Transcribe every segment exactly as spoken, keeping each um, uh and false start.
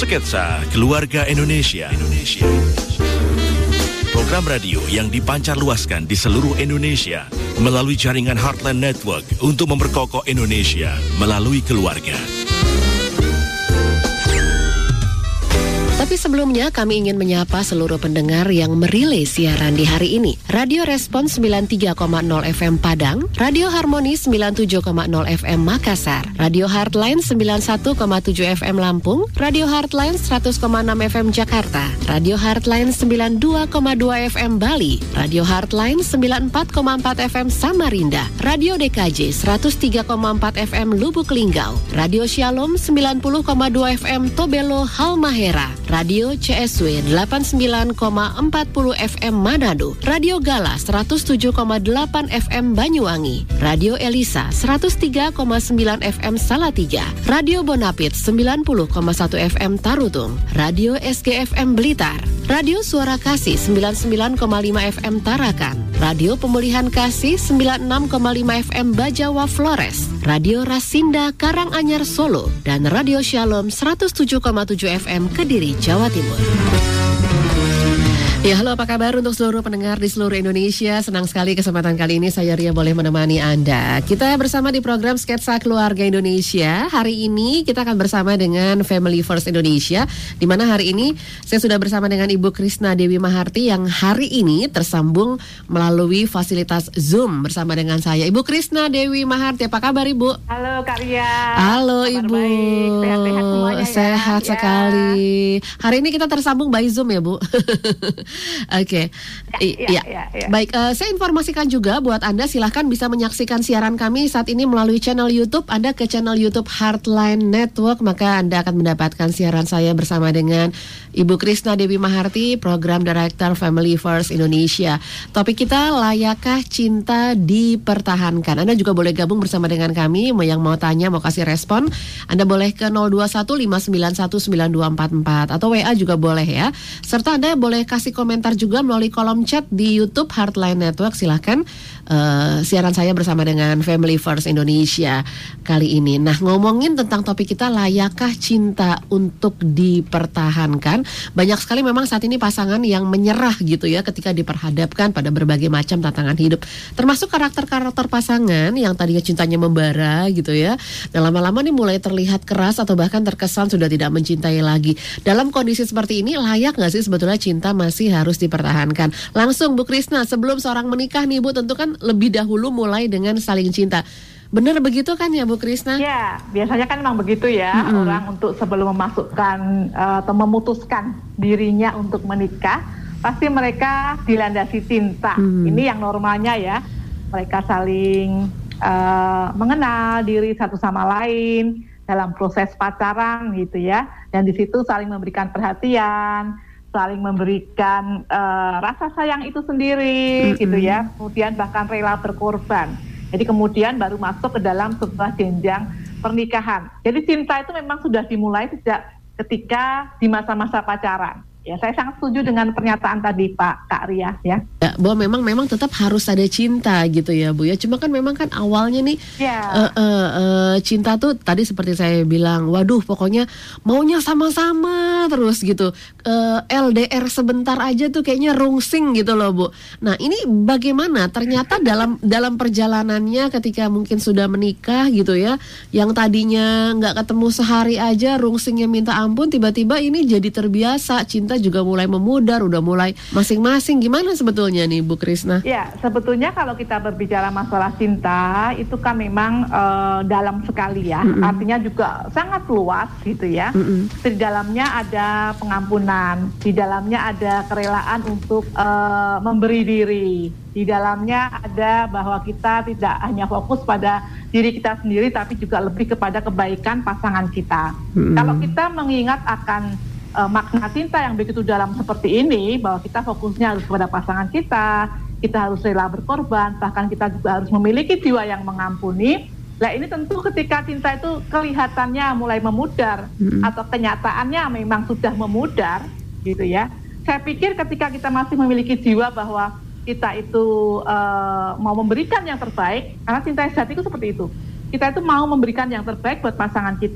Sketsa Keluarga Indonesia. Indonesia. Program radio yang dipancarluaskan di seluruh Indonesia melalui jaringan Heartland Network untuk memperkokoh Indonesia melalui keluarga. Tapi sebelumnya kami ingin menyapa seluruh pendengar yang merilai siaran di hari ini. Radio Respon sembilan puluh tiga koma nol F M Padang, Radio Harmoni sembilan puluh tujuh koma nol F M Makassar, Radio Heartline sembilan puluh satu koma tujuh F M Lampung, Radio Heartline seratus koma enam F M Jakarta, Radio Heartline sembilan puluh dua koma dua F M Bali, Radio Heartline sembilan puluh empat koma empat F M Samarinda, Radio D K J seratus tiga koma empat F M Lubuk Linggau, Radio Shalom sembilan puluh koma dua F M Tobelo Halmahera, Radio C S W delapan puluh sembilan koma empat puluh F M Manado, Radio Gala seratus tujuh koma delapan F M Banyuwangi, Radio Elisa seratus tiga koma sembilan F M Salatiga, Radio Bonapit sembilan puluh koma satu F M Tarutung, Radio S G F M Blitar, Radio Suara Kasih sembilan puluh sembilan koma lima F M Tarakan, Radio Pemulihan Kasih sembilan puluh enam koma lima F M Bajawa Flores, Radio Rasinda Karanganyar Solo, dan Radio Shalom seratus tujuh koma tujuh F M Kediri, Jawa Timur. Ya, halo, apa kabar untuk seluruh pendengar di seluruh Indonesia? Senang sekali kesempatan kali ini saya Ria boleh menemani Anda. Kita bersama di program Sketsa Keluarga Indonesia. Hari ini kita akan bersama dengan Family First Indonesia, di mana hari ini saya sudah bersama dengan Ibu Krisna Dewi Maharti yang hari ini tersambung melalui fasilitas Zoom bersama dengan saya. Ibu Krisna Dewi Maharti, apa kabar Ibu? Halo Kak Ria. Halo kabar Ibu. Baik. Sehat-sehat semuanya ya. Sehat ya. sekali. Hari ini kita tersambung by Zoom ya Bu. Oke, okay. ya, ya, ya, ya. Baik. Uh, saya informasikan juga buat Anda, silahkan bisa menyaksikan siaran kami saat ini melalui channel YouTube. Anda ke channel YouTube Heartline Network, maka Anda akan mendapatkan siaran saya bersama dengan Ibu Krisna Dewi Maharti, Program Director Family First Indonesia. Topik kita, layakkah cinta dipertahankan? Anda juga boleh gabung bersama dengan kami, yang mau tanya, mau kasih respon. Anda boleh ke nol dua satu lima sembilan satu sembilan dua empat empat atau W A juga boleh ya. Serta Anda boleh kasih komentar juga melalui kolom chat di YouTube Heartline Network. Silahkan uh, siaran saya bersama dengan Family First Indonesia kali ini. Nah, ngomongin tentang topik kita, layakkah cinta untuk dipertahankan? Banyak sekali memang saat ini pasangan yang menyerah gitu ya ketika diperhadapkan pada berbagai macam tantangan hidup. Termasuk karakter-karakter pasangan yang tadinya cintanya membara gitu ya. Dan lama-lama nih mulai terlihat keras atau bahkan terkesan sudah tidak mencintai lagi. Dalam kondisi seperti ini, layak gak sih sebetulnya cinta masih harus dipertahankan? Langsung Bu Krisna, sebelum seorang menikah nih Bu, tentu kan lebih dahulu mulai dengan saling cinta. Benar begitu kan ya Bu Krisna? Ya, biasanya kan memang begitu ya. Mm-hmm. Orang untuk sebelum memasukkan uh, atau memutuskan dirinya untuk menikah, pasti mereka dilandasi cinta. Mm-hmm. Ini yang normalnya ya. Mereka saling uh, mengenal diri satu sama lain dalam proses pacaran gitu ya. Dan di situ saling memberikan perhatian, saling memberikan uh, rasa sayang itu sendiri, mm-hmm. gitu ya. Kemudian bahkan rela berkorban. Jadi kemudian baru masuk ke dalam sebuah jenjang pernikahan. Jadi cinta itu memang sudah dimulai sejak ketika di masa-masa pacaran. Ya, saya sangat setuju dengan pernyataan tadi Pak Kak Ria ya. Ya, bahwa memang memang tetap harus ada cinta gitu ya Bu ya. Cuma kan memang kan awalnya nih ya. uh, uh, uh, cinta tuh tadi seperti saya bilang, waduh pokoknya maunya sama-sama terus gitu. uh, L D R sebentar aja tuh kayaknya rungsing gitu loh Bu. Nah ini bagaimana ternyata dalam dalam perjalanannya ketika mungkin sudah menikah gitu ya, yang tadinya nggak ketemu sehari aja rungsingnya minta ampun, tiba-tiba ini jadi terbiasa, cinta juga mulai memudar, udah mulai masing-masing. Gimana sebetulnya nih Bu Krisna? Ya, sebetulnya kalau kita berbicara masalah cinta itu kan memang uh, dalam sekali ya. Mm-mm. Artinya juga sangat luas gitu ya. Mm-mm. Di dalamnya ada pengampunan, di dalamnya ada kerelaan untuk uh, memberi diri. Di dalamnya ada bahwa kita tidak hanya fokus pada diri kita sendiri, tapi juga lebih kepada kebaikan pasangan kita. Mm-mm. Kalau kita mengingat akan Uh, makna cinta yang begitu dalam seperti ini, bahwa kita fokusnya harus kepada pasangan kita, kita harus rela berkorban, bahkan kita juga harus memiliki jiwa yang mengampuni. Nah ini tentu ketika cinta itu kelihatannya mulai memudar, mm-hmm. atau kenyataannya memang sudah memudar gitu ya. Saya pikir ketika kita masih memiliki jiwa bahwa kita itu uh, mau memberikan yang terbaik, karena cinta sejati itu seperti itu. Kita itu mau memberikan yang terbaik buat pasangan kita.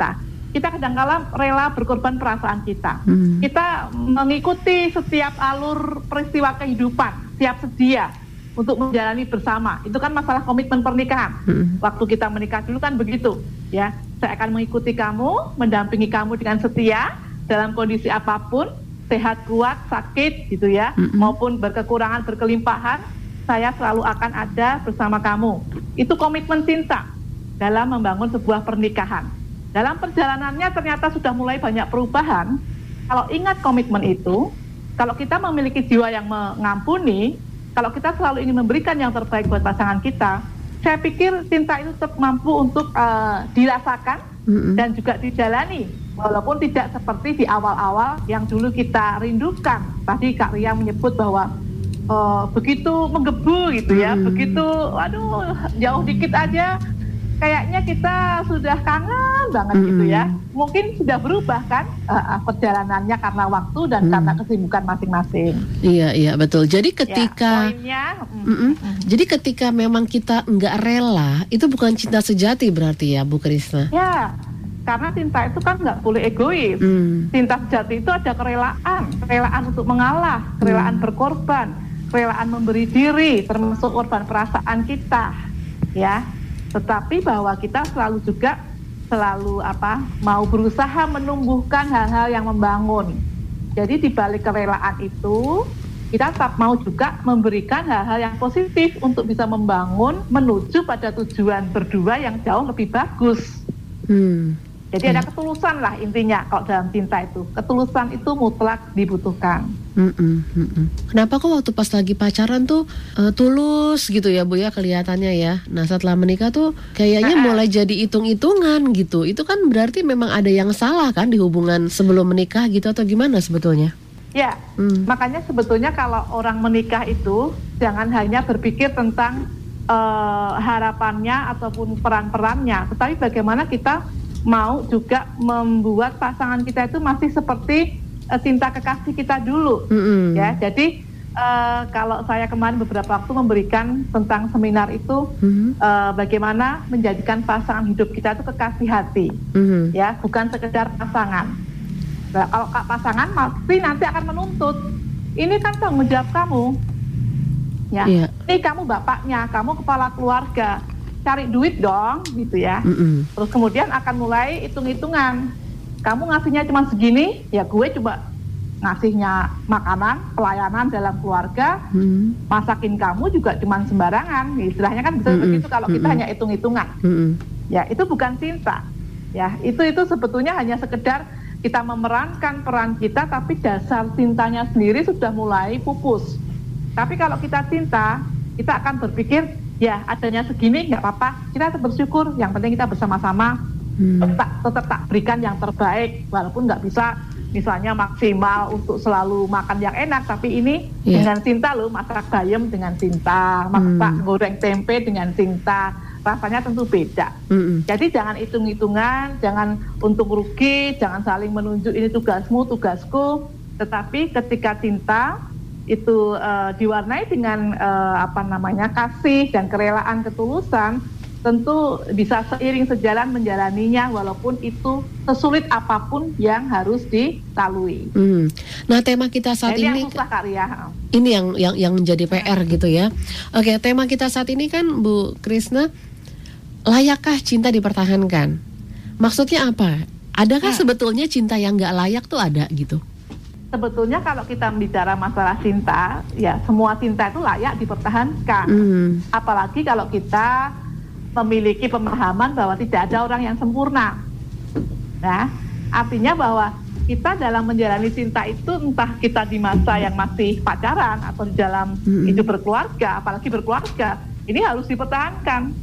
kita kadang-kala rela berkorban perasaan kita. Hmm. Kita mengikuti setiap alur peristiwa kehidupan, siap sedia untuk menjalani bersama. Itu kan masalah komitmen pernikahan. Hmm. Waktu kita menikah dulu kan begitu, ya. Saya akan mengikuti kamu, mendampingi kamu dengan setia dalam kondisi apapun, sehat, kuat, sakit, gitu ya, hmm. maupun berkekurangan, berkelimpahan, saya selalu akan ada bersama kamu. Itu komitmen cinta dalam membangun sebuah pernikahan. Dalam perjalanannya ternyata sudah mulai banyak perubahan. Kalau ingat komitmen itu, kalau kita memiliki jiwa yang mengampuni, kalau kita selalu ingin memberikan yang terbaik buat pasangan kita, saya pikir cinta itu tetap mampu untuk uh, dirasakan mm-hmm. dan juga dijalani, walaupun tidak seperti di awal-awal yang dulu kita rindukan. Tadi Kak Ria menyebut bahwa uh, begitu menggebu gitu ya, mm-hmm. begitu, aduh jauh dikit aja, kayaknya kita sudah kangen banget mm-hmm. gitu ya. Mungkin sudah berubah kan uh, perjalanannya karena waktu dan mm. karena kesibukan masing-masing. Iya iya betul. Jadi ketika, ya, poinnya, mm, mm, mm. jadi ketika memang kita nggak rela, itu bukan cinta sejati berarti ya Bu Krisna? Ya, karena cinta itu kan nggak boleh egois. Mm. Cinta sejati itu ada kerelaan, kerelaan untuk mengalah, kerelaan mm. berkorban, kerelaan memberi diri, termasuk korban perasaan kita, ya. Tetapi bahwa kita selalu juga selalu apa mau berusaha menumbuhkan hal-hal yang membangun. Jadi di balik kerelaan itu kita tetap mau juga memberikan hal-hal yang positif untuk bisa membangun menuju pada tujuan berdua yang jauh lebih bagus. Hmm. Jadi hmm. ada ketulusan lah intinya kalau dalam cinta itu. Ketulusan itu mutlak dibutuhkan. Mm-mm, mm-mm. Kenapa kok waktu pas lagi pacaran tuh uh, tulus gitu ya Bu ya kelihatannya ya. Nah setelah menikah tuh kayaknya uh-uh. mulai jadi hitung-hitungan gitu. Itu kan berarti memang ada yang salah kan di hubungan sebelum menikah gitu atau gimana sebetulnya? Ya, hmm. makanya sebetulnya kalau orang menikah itu jangan hanya berpikir tentang uh, harapannya ataupun peran-perannya, tetapi bagaimana kita mau juga membuat pasangan kita itu masih seperti uh, cinta kekasih kita dulu, mm-hmm. ya. Jadi uh, kalau saya kemarin beberapa waktu memberikan tentang seminar itu, mm-hmm. uh, bagaimana menjadikan pasangan hidup kita itu kekasih hati, mm-hmm. ya, bukan sekedar pasangan. Nah, kalau pasangan pasti nanti akan menuntut, ini kan tanggung jawab kamu, ya. Yeah. Ini kamu bapaknya, kamu kepala keluarga. Cari duit dong gitu ya. Mm-mm. Terus kemudian akan mulai hitung-hitungan. Kamu ngasihnya cuma segini, ya gue coba ngasihnya makanan, pelayanan dalam keluarga, mm. masakin kamu juga cuma sembarangan. Istilahnya kan bisa Mm-mm. begitu kalau kita Mm-mm. hanya hitung-hitungan. Mm-mm. Ya, itu bukan cinta. Ya, itu itu sebetulnya hanya sekedar kita memerankan peran kita, tapi dasar cintanya sendiri sudah mulai pupus. Tapi kalau kita cinta, kita akan berpikir ya adanya segini nggak apa-apa, kita tetap bersyukur, yang penting kita bersama-sama hmm. tetap, tetap tak berikan yang terbaik, walaupun nggak bisa misalnya maksimal untuk selalu makan yang enak, tapi ini yeah. dengan cinta loh, masak bayam dengan cinta, masak hmm. goreng tempe dengan cinta, rasanya tentu beda. Hmm. Jadi jangan hitung-hitungan, jangan untung rugi, jangan saling menunjuk ini tugasmu, tugasku, tetapi ketika cinta itu uh, diwarnai dengan uh, apa namanya kasih dan kerelaan, ketulusan, tentu bisa seiring sejalan menjalaninya walaupun itu sesulit apapun yang harus dilalui. Hmm. Nah tema kita saat Jadi ini yang susah, Kak Ria. Ini yang yang yang menjadi P R gitu ya. Oke, tema kita saat ini kan Bu Krisna, layakkah cinta dipertahankan? Maksudnya apa? Adakah hmm. sebetulnya cinta yang nggak layak tuh ada gitu? Sebetulnya kalau kita bicara masalah cinta, ya semua cinta itu layak dipertahankan. Mm. Apalagi kalau kita memiliki pemahaman bahwa tidak ada orang yang sempurna. Nah, artinya bahwa kita dalam menjalani cinta itu entah kita di masa yang masih pacaran atau di dalam mm. hidup berkeluarga, apalagi berkeluarga, ini harus dipertahankan.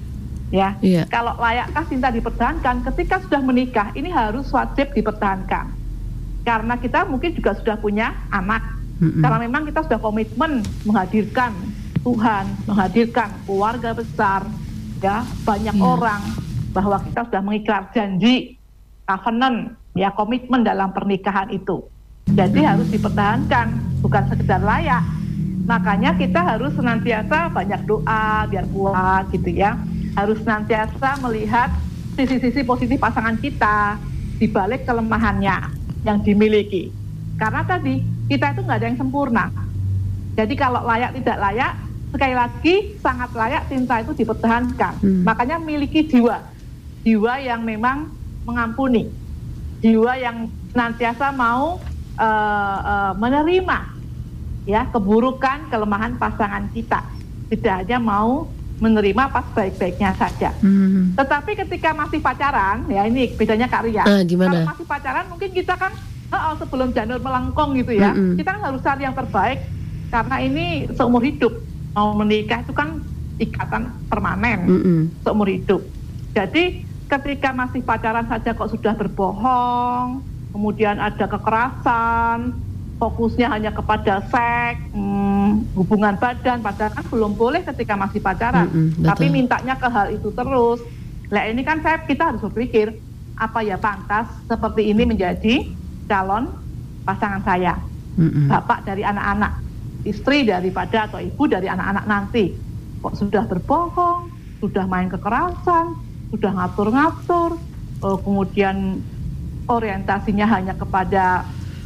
Ya, yeah. Kalau layakkah cinta dipertahankan? Ketika sudah menikah, ini harus wajib dipertahankan. Karena kita mungkin juga sudah punya anak, mm-hmm. karena memang kita sudah komitmen menghadirkan Tuhan, menghadirkan keluarga besar, ya banyak yeah. orang, bahwa kita sudah mengikat janji, covenant, ya komitmen dalam pernikahan itu. Jadi mm-hmm. harus dipertahankan, bukan sekedar layak. Makanya kita harus senantiasa banyak doa biar kuat gitu ya. Harus senantiasa melihat sisi-sisi positif pasangan kita. di balik kelemahannya yang dimiliki. Karena tadi kita itu nggak ada yang sempurna. Jadi kalau layak tidak layak, sekali lagi sangat layak cinta itu dipertahankan. Hmm. Makanya miliki jiwa, jiwa yang memang mengampuni, jiwa yang senantiasa mau uh, uh, menerima ya keburukan, kelemahan pasangan kita. Tidak hanya mau menerima pas baik-baiknya saja. Hmm. Tetapi ketika masih pacaran, ya ini bedanya Kak Ria. Uh, gimana? Kalau masih pacaran mungkin kita kan oh, sebelum janur melengkung gitu ya, hmm. kita kan harus cari yang terbaik karena ini seumur hidup. Mau menikah itu kan ikatan permanen hmm. seumur hidup. Jadi ketika masih pacaran saja kok sudah berbohong, kemudian ada kekerasan, fokusnya hanya kepada seks, hmm, hubungan badan, padahal kan belum boleh ketika masih pacaran. Mm-hmm, tapi mintanya ke hal itu terus. Nah ini kan saya kita harus berpikir apa ya pantas seperti ini menjadi calon pasangan saya, mm-hmm. bapak dari anak-anak, istri daripada atau ibu dari anak-anak nanti. Kok sudah berbohong, sudah main kekerasan, sudah ngatur-ngatur, uh, kemudian orientasinya hanya kepada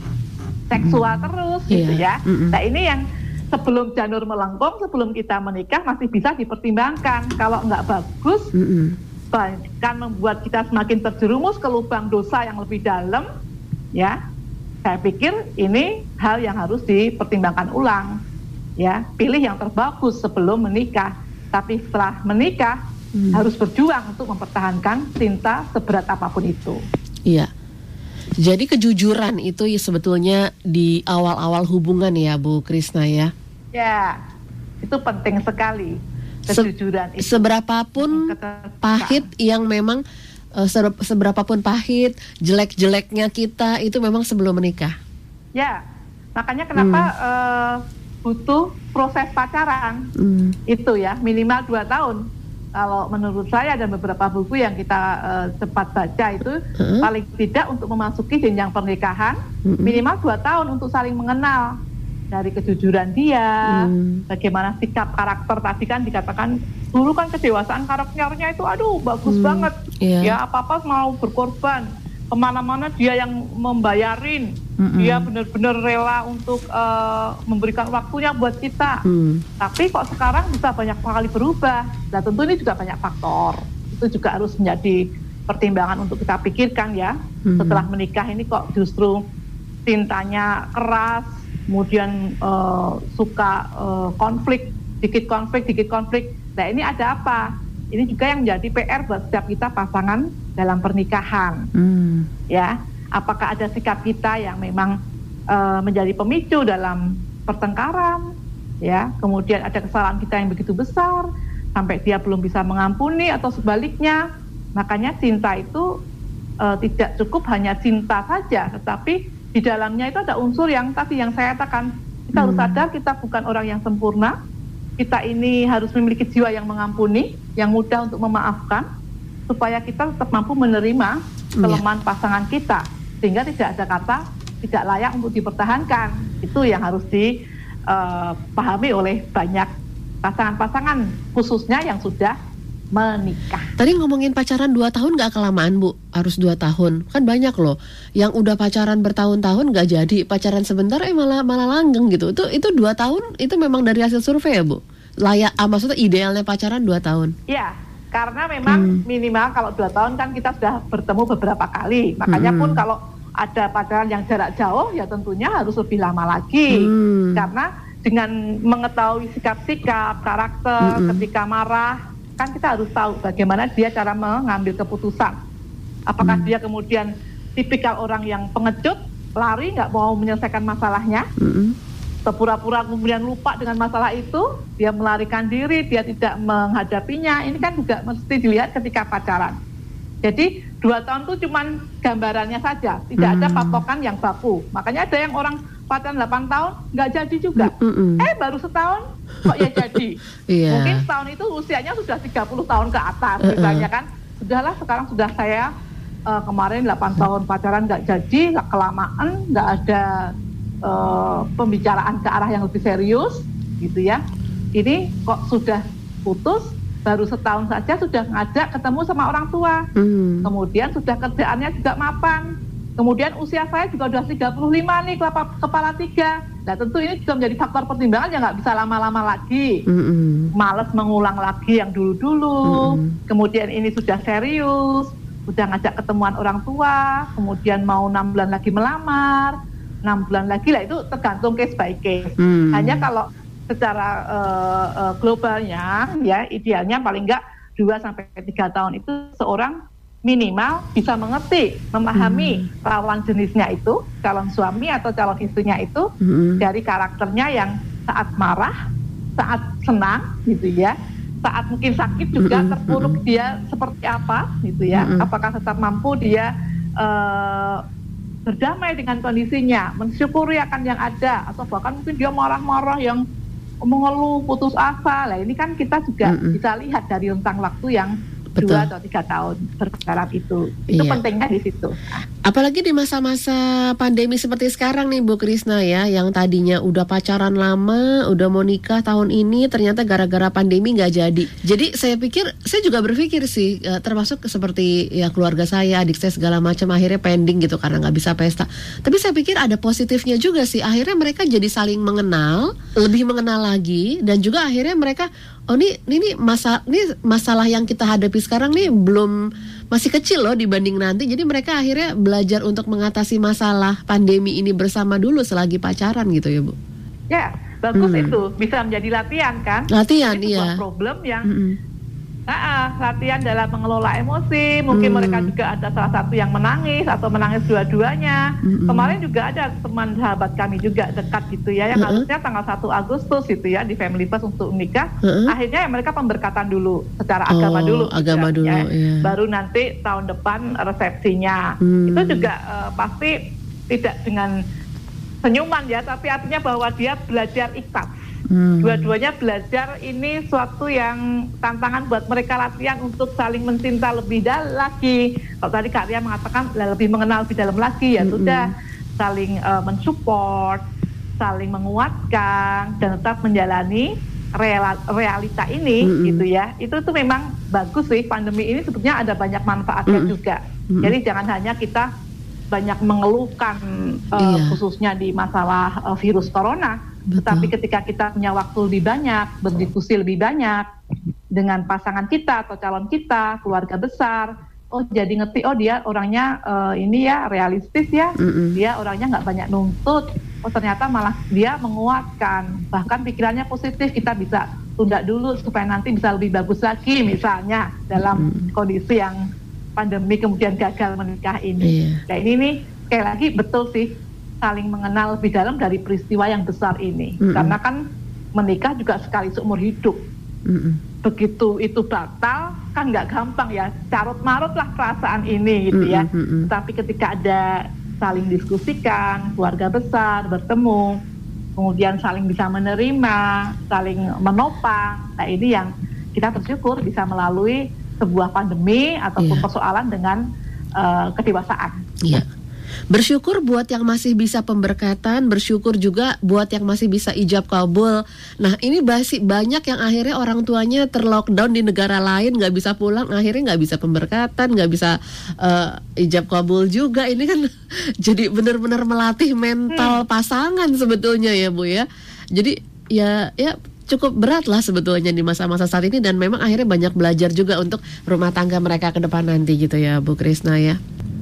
seksual mm. terus yeah. gitu ya. Mm-mm. Nah ini yang sebelum janur melengkung, sebelum kita menikah masih bisa dipertimbangkan. Kalau nggak bagus, Mm-mm. bahkan membuat kita semakin terjerumus ke lubang dosa yang lebih dalam, ya. Saya pikir ini hal yang harus dipertimbangkan ulang, ya. Pilih yang terbagus sebelum menikah. Tapi setelah menikah mm. harus berjuang untuk mempertahankan cinta seberat apapun itu. Iya. Yeah. Jadi kejujuran itu ya sebetulnya di awal-awal hubungan ya Bu Krisna ya? Ya, itu penting sekali kejujuran Se- itu. Seberapapun pahit yang memang uh, seberapapun pahit, jelek-jeleknya kita itu memang sebelum menikah. Ya, makanya kenapa hmm. uh, butuh proses pacaran hmm. itu ya minimal dua tahun. Kalau menurut saya dan beberapa buku yang kita uh, cepat baca itu uh-huh. paling tidak untuk memasuki jenjang pernikahan uh-huh. minimal dua tahun untuk saling mengenal dari kejujuran dia, uh-huh. bagaimana sikap karakter tadi kan dikatakan dulu kan kedewasaan karakternya itu aduh bagus uh-huh. banget, yeah. ya apa-apa mau berkorban, kemana-mana dia yang membayarin, uh-huh. dia benar-benar rela untuk uh, memberikan waktunya buat kita. Uh-huh. Tapi kok sekarang bisa banyak sekali berubah. Nah tentu ini juga banyak faktor, itu juga harus menjadi pertimbangan untuk kita pikirkan ya. Hmm. Setelah menikah ini kok justru cintanya keras, kemudian uh, suka uh, konflik, dikit konflik, dikit konflik. Nah ini ada apa? Ini juga yang menjadi P R buat setiap kita pasangan dalam pernikahan. Hmm. Ya, apakah ada sikap kita yang memang uh, menjadi pemicu dalam pertengkaran? Ya, kemudian ada kesalahan kita yang begitu besar sampai dia belum bisa mengampuni atau sebaliknya. Makanya cinta itu uh, tidak cukup hanya cinta saja, tetapi di dalamnya itu ada unsur yang tadi yang saya katakan. Kita hmm. harus sadar kita bukan orang yang sempurna. Kita ini harus memiliki jiwa yang mengampuni, yang mudah untuk memaafkan, supaya kita tetap mampu menerima kelemahan yeah. pasangan kita, sehingga tidak ada kata tidak layak untuk dipertahankan. Itu yang harus dipahami uh, oleh banyak pasangan-pasangan khususnya yang sudah menikah. Tadi ngomongin pacaran dua tahun gak kelamaan Bu? Harus dua tahun. Kan banyak loh yang udah pacaran bertahun-tahun gak jadi, pacaran sebentar eh malah malah langgeng gitu. Itu itu dua tahun itu memang dari hasil survei ya Bu? Layak, ah, maksudnya idealnya pacaran dua tahun? Iya, karena memang hmm. minimal kalau dua tahun kan kita sudah bertemu beberapa kali. Makanya hmm. pun kalau ada pacaran yang jarak jauh ya tentunya harus lebih lama lagi. Hmm. Karena dengan mengetahui sikap-sikap, karakter, mm-hmm. ketika marah, kan kita harus tahu bagaimana dia cara mengambil keputusan. Apakah mm. dia kemudian tipikal orang yang pengecut, lari, nggak mau menyelesaikan masalahnya, mm-hmm. atau pura-pura kemudian lupa dengan masalah itu, dia melarikan diri, dia tidak menghadapinya. Ini kan juga mesti dilihat ketika pacaran. Jadi dua tahun itu cuma gambarannya saja, tidak mm. ada patokan yang baku. Makanya ada yang orang pacaran delapan tahun nggak jadi juga. Mm-mm. Eh baru setahun kok ya jadi. Yeah. Mungkin setahun itu usianya sudah tiga puluh tahun ke atas uh-uh. misalnya kan. Sudahlah sekarang sudah saya uh, kemarin delapan tahun pacaran nggak jadi, nggak kelamaan, nggak ada uh, pembicaraan ke arah yang lebih serius gitu ya. Ini kok sudah putus, baru setahun saja sudah ngajak ketemu sama orang tua. Hmm. Kemudian sudah kerjaannya juga mapan. Kemudian usia saya juga sudah tiga puluh lima nih, kepala, kepala tiga. Nah tentu ini juga menjadi faktor pertimbangan yang nggak bisa lama-lama lagi. Mm-hmm. Males mengulang lagi yang dulu-dulu. Mm-hmm. Kemudian ini sudah serius, sudah ngajak ketemuan orang tua. Kemudian mau enam bulan lagi melamar, enam bulan lagi lah, itu tergantung case by case. Mm-hmm. Hanya kalau secara uh, uh, globalnya, ya idealnya paling nggak dua sampai tiga tahun itu seorang minimal bisa mengerti, memahami hmm. lawan jenisnya itu, calon suami atau calon istrinya itu, hmm. dari karakternya yang saat marah, saat senang gitu ya, saat mungkin sakit juga hmm. terpuruk hmm. dia seperti apa gitu ya, hmm. apakah tetap mampu dia uh, berdamai dengan kondisinya, mensyukuri akan yang ada, atau bahkan mungkin dia marah-marah yang mengeluh, putus asa. Lah ini kan kita juga mm-mm. bisa lihat dari rentang waktu yang Betul. dua atau tiga tahun berjalan itu. Itu iya. pentingnya di situ. Apalagi di masa-masa pandemi seperti sekarang nih Bu Krisna ya, yang tadinya udah pacaran lama, udah mau nikah tahun ini, ternyata gara-gara pandemi nggak jadi. Jadi saya pikir, saya juga berpikir sih, termasuk seperti ya keluarga saya, adik saya segala macam akhirnya pending gitu karena nggak bisa pesta. Tapi saya pikir ada positifnya juga sih. Akhirnya mereka jadi saling mengenal, lebih mengenal lagi, dan juga akhirnya mereka oh ini ini masa ini masalah yang kita hadapi sekarang nih belum masih kecil loh dibanding nanti. Jadi mereka akhirnya belajar untuk mengatasi masalah pandemi ini bersama dulu selagi pacaran gitu ya Bu. Ya bagus hmm. itu bisa menjadi latihan kan. Latihan itu iya. Problem yang hmm. nah, latihan dalam mengelola emosi. Mungkin hmm. mereka juga ada salah satu yang menangis atau menangis dua-duanya. Hmm. Kemarin juga ada teman sahabat kami juga dekat gitu ya, yang hmm. harusnya tanggal satu Agustus itu ya di Family First untuk menikah. Hmm. Akhirnya ya mereka pemberkatan dulu secara oh, agama dulu. Agama juga, dulu. Ya. Iya. Baru nanti tahun depan resepsinya. Hmm. Itu juga uh, pasti tidak dengan senyuman ya, tapi artinya bahwa dia belajar ikhlas. Hmm. Dua-duanya belajar, ini suatu yang tantangan buat mereka latihan untuk saling mencinta lebih dalam lagi. Kalau tadi Kak Ria mengatakan lebih mengenal lebih dalam lagi, ya hmm. sudah saling uh, mensupport, saling menguatkan, dan tetap menjalani real, realita ini hmm. gitu ya. Itu tuh memang bagus sih, pandemi ini sebetulnya ada banyak manfaatnya hmm. juga. Hmm. Jadi jangan hanya kita banyak mengeluhkan uh, iya. khususnya di masalah uh, virus corona. Betul. Tetapi ketika kita punya waktu lebih banyak, berdiskusi lebih banyak dengan pasangan kita atau calon kita, keluarga besar, oh jadi ngerti, oh dia orangnya uh, ini ya realistis ya, Mm-mm. dia orangnya nggak banyak nuntut, oh ternyata malah dia menguatkan, bahkan pikirannya positif, kita bisa tunda dulu supaya nanti bisa lebih bagus lagi misalnya dalam Mm-mm. kondisi yang pandemi kemudian gagal menikah ini. Iya. Nah ini nih sekali lagi betul sih, saling mengenal lebih dalam dari peristiwa yang besar ini. Mm-mm. Karena kan menikah juga sekali seumur hidup. Mm-mm. Begitu itu batal, kan nggak gampang ya, carut marut lah perasaan ini gitu ya. Mm-mm. Tapi ketika ada saling diskusikan, keluarga besar bertemu, kemudian saling bisa menerima, saling menopang, nah ini yang kita bersyukur bisa melalui sebuah pandemi ataupun yeah. persoalan dengan uh, kedewasaan. Iya. Yeah. Bersyukur buat yang masih bisa pemberkatan, bersyukur juga buat yang masih bisa ijab kabul. Nah ini masih banyak yang akhirnya orang tuanya terlockdown di negara lain, nggak bisa pulang, akhirnya nggak bisa pemberkatan, nggak bisa uh, ijab kabul juga. Ini kan jadi benar-benar melatih mental hmm. pasangan sebetulnya ya Bu ya. Jadi ya ya cukup berat lah sebetulnya di masa-masa saat ini, dan memang akhirnya banyak belajar juga untuk rumah tangga mereka ke depan nanti gitu ya Bu Krisna ya.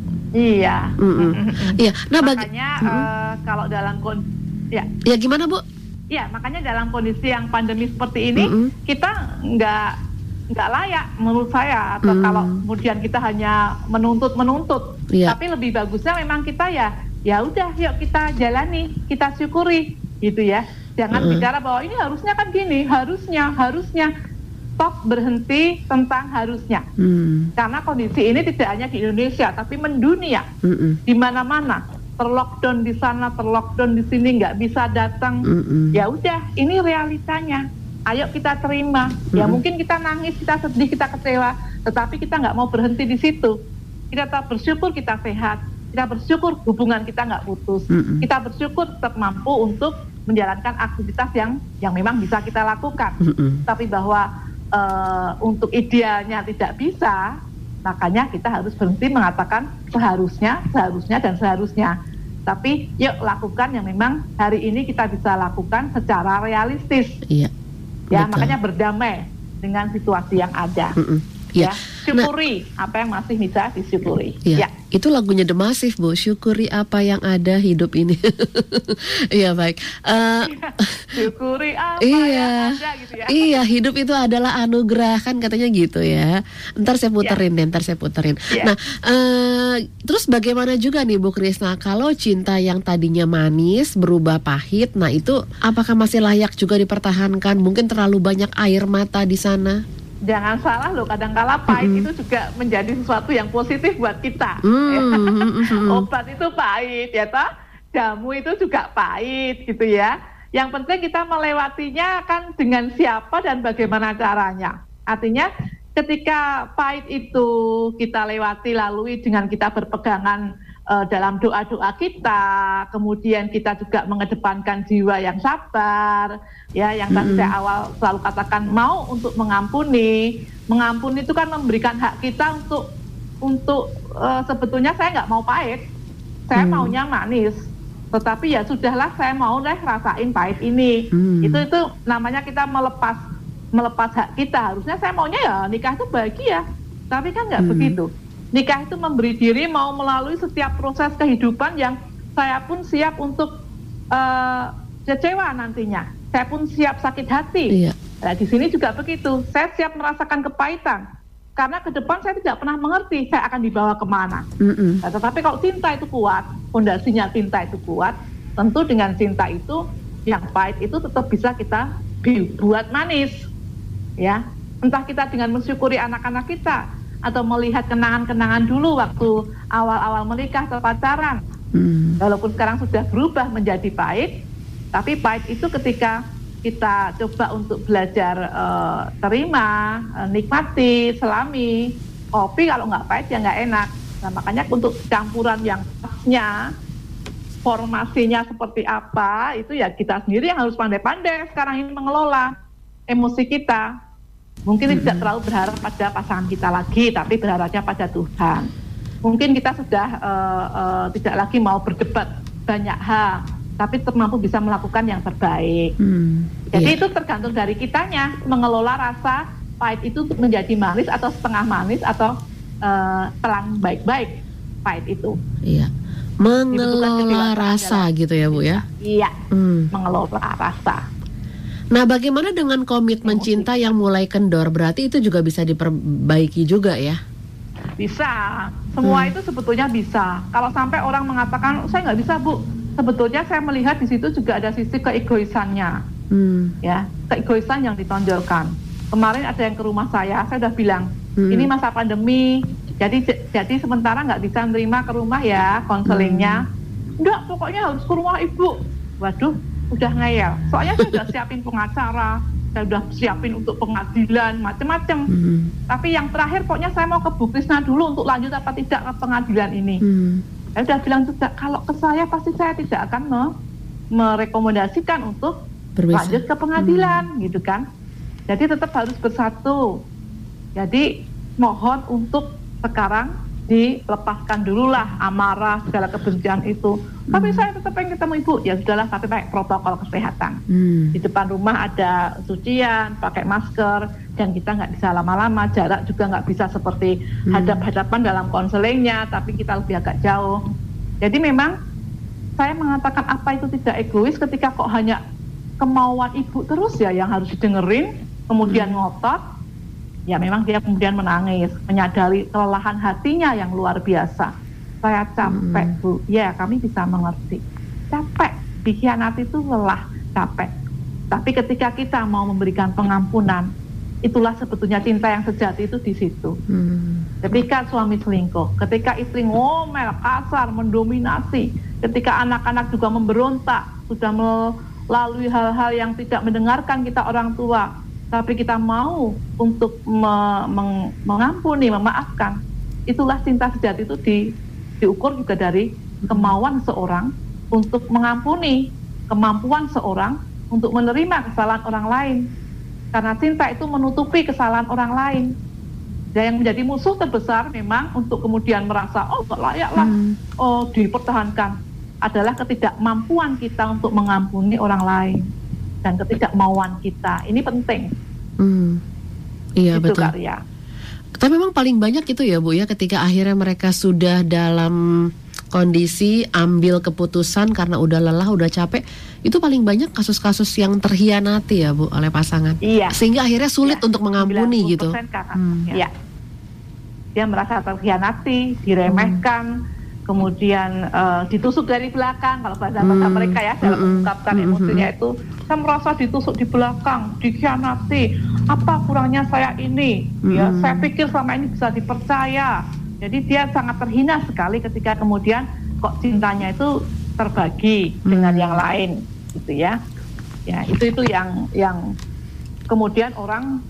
Iya. Iya. Nah, makanya bagi, uh, kalau dalam kon, ya. Ya gimana Bu? Ya makanya dalam kondisi yang pandemi seperti ini mm-hmm. kita nggak nggak layak menurut saya, atau mm. kalau kemudian kita hanya menuntut menuntut. Yeah. Tapi lebih bagusnya memang kita ya ya udah yuk kita jalani, kita syukuri gitu ya. Jangan mm. bicara bahwa ini harusnya kan gini, harusnya harusnya. Stop, berhenti tentang harusnya. Hmm. Karena kondisi ini tidak hanya di Indonesia, tapi mendunia. Mm-mm. Di mana-mana, terlockdown di sana, terlockdown di sini, nggak bisa datang. Mm-mm. Ya udah, ini realitanya. Ayo kita terima. Mm-mm. Ya mungkin kita nangis, kita sedih, kita kecewa, tetapi kita nggak mau berhenti di situ. Kita tetap bersyukur kita sehat. Kita bersyukur hubungan kita nggak putus. Mm-mm. Kita bersyukur tetap mampu untuk menjalankan aktivitas yang yang memang bisa kita lakukan. Mm-mm. Tapi bahwa uh, untuk idealnya tidak bisa, makanya kita harus berhenti mengatakan seharusnya, seharusnya dan seharusnya. Tapi yuk lakukan yang memang hari ini kita bisa lakukan secara realistis. Iya. Ya, betul. makanya berdamai dengan situasi yang ada. Mm-mm. Ya, Ya. syukuri nah, apa yang masih bisa disyukuri. Ya, ya. Itu lagunya The Massive, Bu. Syukuri apa yang ada hidup ini. Iya, baik. Uh, Syukuri apa iya, yang ada gitu ya. Iya, hidup itu adalah anugerah kan katanya gitu ya. Ntar saya puterin ya. deh, ntar saya puterin. Ya. Nah, uh, terus bagaimana juga nih Bu Krisna, kalau cinta yang tadinya manis berubah pahit, nah itu apakah masih layak juga dipertahankan? Mungkin terlalu banyak air mata di sana. Jangan salah loh, kadang-kala pahit mm-hmm. itu juga menjadi sesuatu yang positif buat kita. Mm-hmm. Obat itu pahit, ya toh. Jamu itu juga pahit, gitu ya. Yang penting kita melewatinya kan dengan siapa dan bagaimana caranya. Artinya ketika pahit itu kita lewati lalui dengan kita berpegangan uh, dalam doa-doa kita, kemudian kita juga mengedepankan jiwa yang sabar, ya, yang tadi mm-hmm. saya awal selalu katakan mau untuk mengampuni. Mengampuni itu kan memberikan hak kita untuk untuk uh, sebetulnya saya nggak mau pahit, saya mm. maunya manis. Tetapi ya sudahlah, saya mau deh rasain pahit ini. Mm. Itu itu namanya kita melepas melepas hak kita. Harusnya saya maunya ya nikah itu bahagia, tapi kan nggak mm. begitu. Nikah itu memberi diri mau melalui setiap proses kehidupan yang saya pun siap untuk uh, kecewa nantinya. Saya pun siap sakit hati. Iya. Nah, di sini juga begitu. Saya siap merasakan kepahitan. Karena ke depan saya tidak pernah mengerti saya akan dibawa kemana. Nah, tetapi kalau cinta itu kuat, fondasinya cinta itu kuat, tentu dengan cinta itu yang pahit itu tetap bisa kita buat manis. Ya, entah kita dengan mensyukuri anak-anak kita atau melihat kenangan-kenangan dulu waktu awal-awal menikah atau pacaran. Mm. Walaupun sekarang sudah berubah menjadi pahit, tapi pahit itu ketika kita coba untuk belajar uh, terima, uh, nikmati, selami. Kopi kalau nggak pahit ya nggak enak. Nah, makanya untuk campuran yang pasnya, formasinya seperti apa, itu ya kita sendiri yang harus pandai-pandai sekarang ini mengelola emosi kita. Mungkin mm-hmm. tidak terlalu berharap pada pasangan kita lagi, tapi berharapnya pada Tuhan. Mungkin kita sudah uh, uh, tidak lagi mau berdebat banyak hal, tapi mampu bisa melakukan yang terbaik. Hmm, Jadi iya. itu tergantung dari kitanya mengelola rasa pahit itu menjadi manis atau setengah manis atau uh, telan baik-baik pahit itu. Iya. Mengelola rasa gitu ya Bu ya? Iya. Hmm. Mengelola rasa. Nah, bagaimana dengan komitmen Emosi. cinta yang mulai kendor? Berarti itu juga bisa diperbaiki juga ya? Bisa. Semua hmm. itu sebetulnya bisa. Kalau sampai orang mengatakan saya nggak bisa Bu. Sebetulnya saya melihat di situ juga ada sisi keegoisannya, hmm. ya, keegoisan yang ditonjolkan. Kemarin ada yang ke rumah saya, saya udah bilang, hmm. ini masa pandemi, jadi jadi sementara nggak bisa nerima ke rumah ya, konselingnya. Hmm. Enggak, pokoknya harus ke rumah ibu. Waduh, udah ngeyel. Soalnya saya udah siapin pengacara, saya udah siapin untuk pengadilan, macam-macam. Hmm. Tapi yang terakhir, pokoknya saya mau ke Bu Krisna dulu untuk lanjut apa tidak ke pengadilan ini. Hmm. Saya sudah bilang juga, kalau ke saya pasti saya tidak akan me- merekomendasikan untuk Berbisa. lanjut ke pengadilan, hmm. gitu kan. Jadi tetap harus bersatu. Jadi mohon untuk sekarang dilepaskan dululah amarah, segala kebencian itu. Hmm. Tapi saya tetap pengen ketemu ibu, ya sudahlah, tapi pakai protokol kesehatan. Hmm. Di depan rumah ada cucian, pakai masker, dan kita nggak bisa lama-lama, jarak juga nggak bisa seperti hmm. hadap-hadapan dalam konselingnya, tapi kita lebih agak jauh. Jadi memang saya mengatakan apa itu tidak egois ketika kok hanya kemauan ibu terus ya yang harus didengerin, kemudian hmm. ngotot, ya memang dia kemudian menangis, menyadari kelelahan hatinya yang luar biasa. Saya capek hmm. Bu, ya kami bisa mengerti. Capek, dikhianati itu lelah, capek. Tapi ketika kita mau memberikan pengampunan, itulah sebetulnya cinta yang sejati itu di situ. Hmm. Ketika suami selingkuh, ketika istri ngomel, kasar, mendominasi, ketika anak-anak juga memberontak, sudah melalui hal-hal yang tidak mendengarkan kita orang tua, tapi kita mau untuk me- meng- mengampuni, memaafkan, itulah cinta sejati itu di, diukur juga dari kemauan seorang untuk mengampuni, kemampuan seorang untuk menerima kesalahan orang lain. Karena cinta itu menutupi kesalahan orang lain. Dan yang menjadi musuh terbesar memang untuk kemudian merasa, oh gak layak lah, hmm. oh dipertahankan, adalah ketidakmampuan kita untuk mengampuni orang lain. Dan ketidakmauan kita, ini penting. Hmm. Iya itu betul. Karya. Tapi memang paling banyak itu ya Bu ya, ketika akhirnya mereka sudah dalam kondisi ambil keputusan karena udah lelah, udah capek, itu paling banyak kasus-kasus yang terhianati ya Bu oleh pasangan. Iya. Sehingga akhirnya sulit ya, untuk mengampuni gitu. Karena, hmm. ya. Dia merasa terhianati, diremehkan, hmm. kemudian uh, ditusuk dari belakang, kalau bahasa-bahasa hmm. mereka ya dalam hmm. mengungkapkan hmm. emosinya itu, saya merasa ditusuk di belakang, dikhianati. Apa kurangnya saya ini? Hmm. Ya, saya pikir selama ini bisa dipercaya. Jadi dia sangat terhina sekali ketika kemudian kok cintanya itu terbagi hmm. dengan yang lain, gitu ya. Ya itu itu yang yang kemudian orang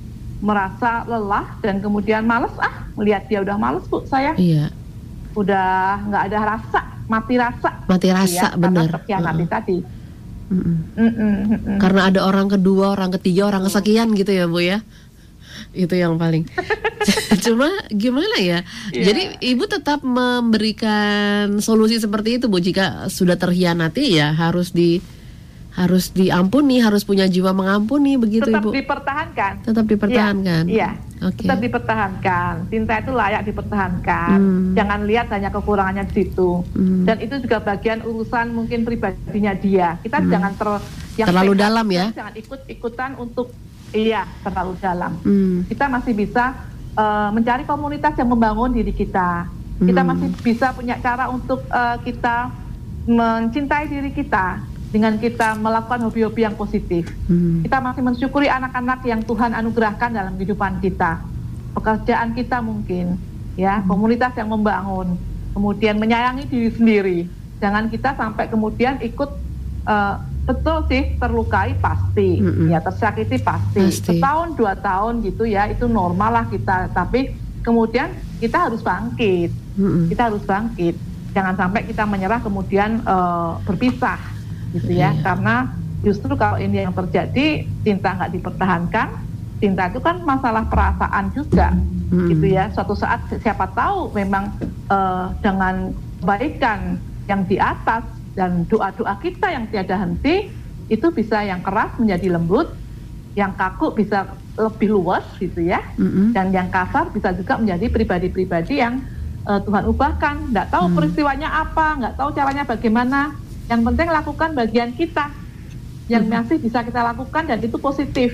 merasa lelah dan kemudian males, ah melihat dia udah males Bu saya, iya. udah nggak ada rasa, mati rasa, mati rasa ya, benar. Karena terhianati uh-uh. tadi. Mm-mm. Mm-mm. Mm-mm. Karena ada orang kedua, orang ketiga, orang kesekian gitu ya Bu ya. Itu yang paling. Cuma gimana ya? Yeah. Jadi ibu tetap memberikan solusi seperti itu Bu, jika sudah terhianati ya harus di harus diampuni, harus punya jiwa mengampuni begitu tetap Ibu. Tetap dipertahankan. Tetap dipertahankan. Iya. Okay. Tetap dipertahankan. Cinta itu layak dipertahankan. Hmm. Jangan lihat hanya kekurangannya di situ. Hmm. Dan itu juga bagian urusan mungkin pribadinya dia. Kita hmm. jangan ter yang terlalu sehat, dalam ya. Jangan ikut-ikutan untuk iya terlalu dalam. Hmm. Kita masih bisa uh, mencari komunitas yang membangun diri kita. Hmm. Kita masih bisa punya cara untuk uh, kita mencintai diri kita dengan kita melakukan hobi-hobi yang positif. Hmm. Kita masih mensyukuri anak-anak yang Tuhan anugerahkan dalam kehidupan kita. Pekerjaan kita mungkin, ya, hmm. komunitas yang membangun, kemudian menyayangi diri sendiri. Jangan kita sampai kemudian ikut, uh, betul sih terlukai pasti, hmm. ya tersakiti pasti. pasti. Setahun dua tahun gitu ya, itu normal lah kita. Tapi kemudian kita harus bangkit, hmm. kita harus bangkit. Jangan sampai kita menyerah kemudian uh, berpisah. Gitu ya, iya. Karena justru kalau ini yang terjadi, cinta nggak dipertahankan, cinta itu kan masalah perasaan juga, hmm. gitu ya. Suatu saat siapa tahu memang uh, dengan kebaikan yang di atas dan doa-doa kita yang tiada henti, itu bisa yang keras menjadi lembut, yang kaku bisa lebih luas gitu ya, hmm. dan yang kasar bisa juga menjadi pribadi-pribadi yang uh, Tuhan ubahkan. Nggak tahu hmm. peristiwanya apa, nggak tahu caranya bagaimana. Yang penting lakukan bagian kita yang hmm. masih bisa kita lakukan dan itu positif,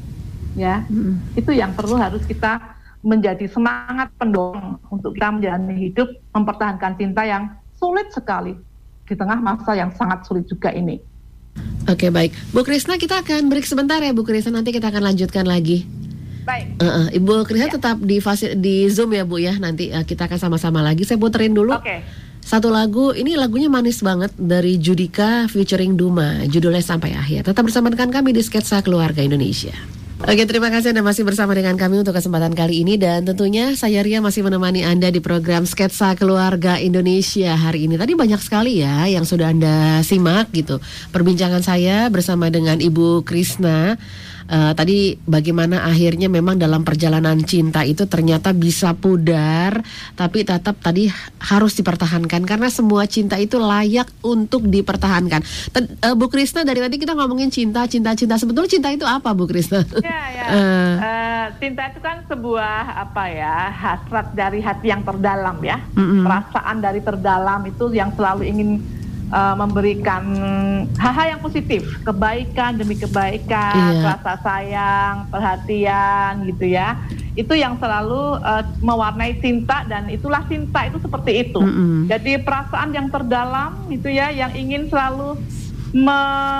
ya. Hmm. Itu yang perlu harus kita menjadi semangat pendorong untuk kita menjalani hidup, mempertahankan cinta yang sulit sekali di tengah masa yang sangat sulit juga ini. Oke, baik, Bu Krisna, kita akan break sebentar ya Bu Krisna, nanti kita akan lanjutkan lagi. Baik. Uh-uh. Ibu Krisna ya. tetap di fasil- di Zoom ya Bu ya, nanti uh, kita akan sama-sama lagi. Saya puterin dulu. Oke. Okay. Satu lagu, ini lagunya manis banget dari Judika featuring Duma, judulnya Sampai Akhir. Tetap bersama dengan kami di Sketsa Keluarga Indonesia. Oke, terima kasih Anda masih bersama dengan kami untuk kesempatan kali ini. Dan tentunya saya Ria masih menemani Anda di program Sketsa Keluarga Indonesia hari ini. Tadi banyak sekali ya yang sudah Anda simak gitu. Perbincangan saya bersama dengan Ibu Krisna. Uh, tadi bagaimana akhirnya memang dalam perjalanan cinta itu ternyata bisa pudar, tapi tetap tadi harus dipertahankan karena semua cinta itu layak untuk dipertahankan. T- uh, Bu Krisna, dari tadi kita ngomongin cinta, cinta, cinta. Sebetulnya cinta itu apa, Bu Krisna? Ya, ya. Uh. Uh, cinta itu kan sebuah apa ya, hasrat dari hati yang terdalam ya, mm-hmm. perasaan dari terdalam itu yang selalu ingin Uh, memberikan hal-hal yang positif, kebaikan demi kebaikan, iya. rasa sayang, perhatian gitu ya. Itu yang selalu uh, mewarnai cinta dan itulah cinta itu seperti itu. Mm-hmm. Jadi perasaan yang terdalam gitu ya, yang ingin selalu me,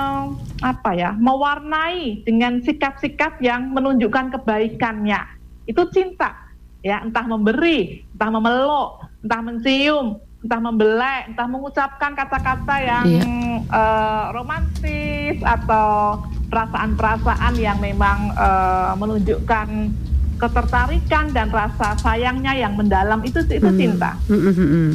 apa ya, mewarnai dengan sikap-sikap yang menunjukkan kebaikannya. Itu cinta ya, entah memberi, entah memeluk, entah mencium, entah membelai, entah mengucapkan kata-kata yang iya. uh, romantis atau perasaan-perasaan yang memang uh, menunjukkan ketertarikan dan rasa sayangnya yang mendalam, itu itu hmm. cinta. Hmm, hmm, hmm.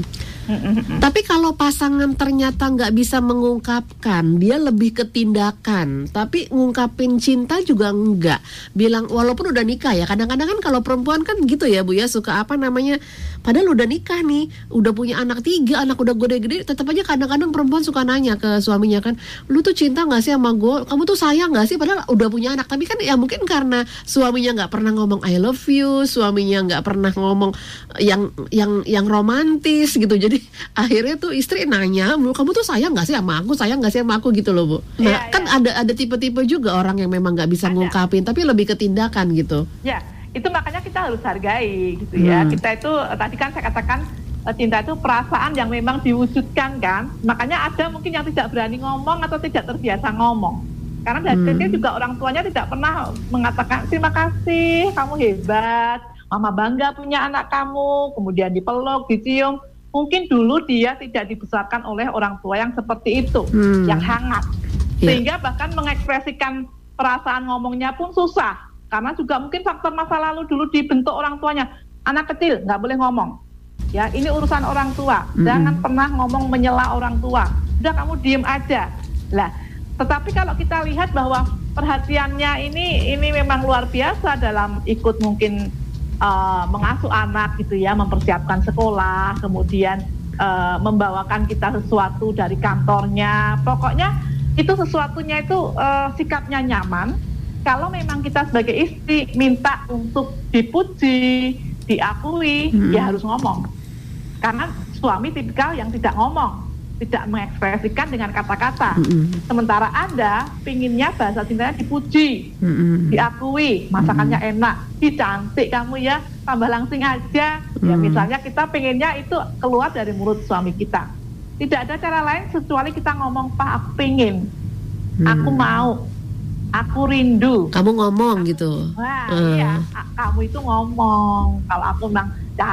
Tapi kalau pasangan ternyata nggak bisa mengungkapkan, dia lebih ke tindakan, tapi ngungkapin cinta juga enggak. Bilang walaupun udah nikah ya, kadang-kadang kan kalau perempuan kan gitu ya Bu ya, suka apa namanya, padahal udah nikah nih, udah punya anak tiga, anak udah gede-gede, tetap aja kadang-kadang perempuan suka nanya ke suaminya kan, lu tuh cinta nggak sih sama gue, kamu tuh sayang nggak sih, padahal udah punya anak. Tapi kan ya mungkin karena suaminya nggak pernah ngomong I love you, suaminya nggak pernah ngomong yang yang yang romantis gitu, jadi akhirnya tuh istri nanya, kamu tuh sayang nggak sih sama aku, sayang nggak sih sama aku gitu loh Bu. Nah ya, kan ya. ada ada tipe-tipe juga orang yang memang nggak bisa ada. ngungkapin, tapi lebih ke tindakan gitu. Ya, itu makanya kita harus hargai gitu ya. Hmm. Kita itu tadi kan saya katakan cinta itu perasaan yang memang diwujudkan kan. Makanya ada mungkin yang tidak berani ngomong atau tidak terbiasa ngomong. Karena dari kecil hmm. juga orang tuanya tidak pernah mengatakan terima kasih, kamu hebat, mama bangga punya anak kamu, kemudian dipeluk, dicium. Mungkin dulu dia tidak dibesarkan oleh orang tua yang seperti itu, hmm. yang hangat. Yeah. Sehingga bahkan mengekspresikan perasaan ngomongnya pun susah. Karena juga mungkin faktor masa lalu dulu dibentuk orang tuanya. Anak kecil nggak boleh ngomong. Ya, ini urusan orang tua. Hmm. Jangan pernah ngomong menyela orang tua. Udah kamu diem aja. Lah, tetapi kalau kita lihat bahwa perhatiannya ini ini memang luar biasa dalam ikut mungkin Uh, mengasuh anak gitu ya, mempersiapkan sekolah, kemudian uh, membawakan kita sesuatu dari kantornya. Pokoknya itu sesuatunya itu uh, sikapnya nyaman. Kalau memang kita sebagai istri minta untuk dipuji, diakui, hmm. ya harus ngomong. Karena suami tipikal yang tidak ngomong, tidak mengekspresikan dengan kata-kata. Mm-hmm. Sementara Anda pinginnya bahasa cintanya dipuji, mm-hmm. diakui, masakannya mm-hmm. enak, ih cantik kamu ya, tambah langsing aja. Mm-hmm. Ya misalnya kita pinginnya itu keluar dari mulut suami kita. Tidak ada cara lain kecuali kita ngomong, Pak aku pingin, mm-hmm. aku mau, aku rindu. Kamu ngomong aku, gitu. Wah uh. iya, kamu itu ngomong. Kalau aku memang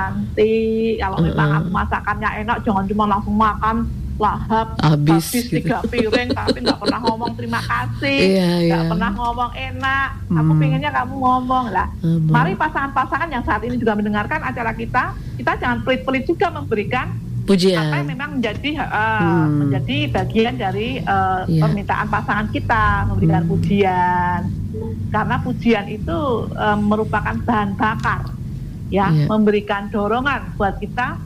cantik, kalau uh-uh. memang aku masakannya enak, jangan cuma langsung makan lahap habis, habis gitu. tiga piring tapi nggak pernah ngomong terima kasih, nggak iya, iya. pernah ngomong enak. hmm. Aku pengennya kamu ngomong lah. hmm. Mari pasangan-pasangan yang saat ini juga mendengarkan acara kita, kita jangan pelit-pelit juga memberikan pujian apa yang memang menjadi uh, hmm. menjadi bagian dari uh, yeah. permintaan pasangan kita, memberikan hmm. pujian, karena pujian itu uh, merupakan bahan bakar ya, yeah. memberikan dorongan buat kita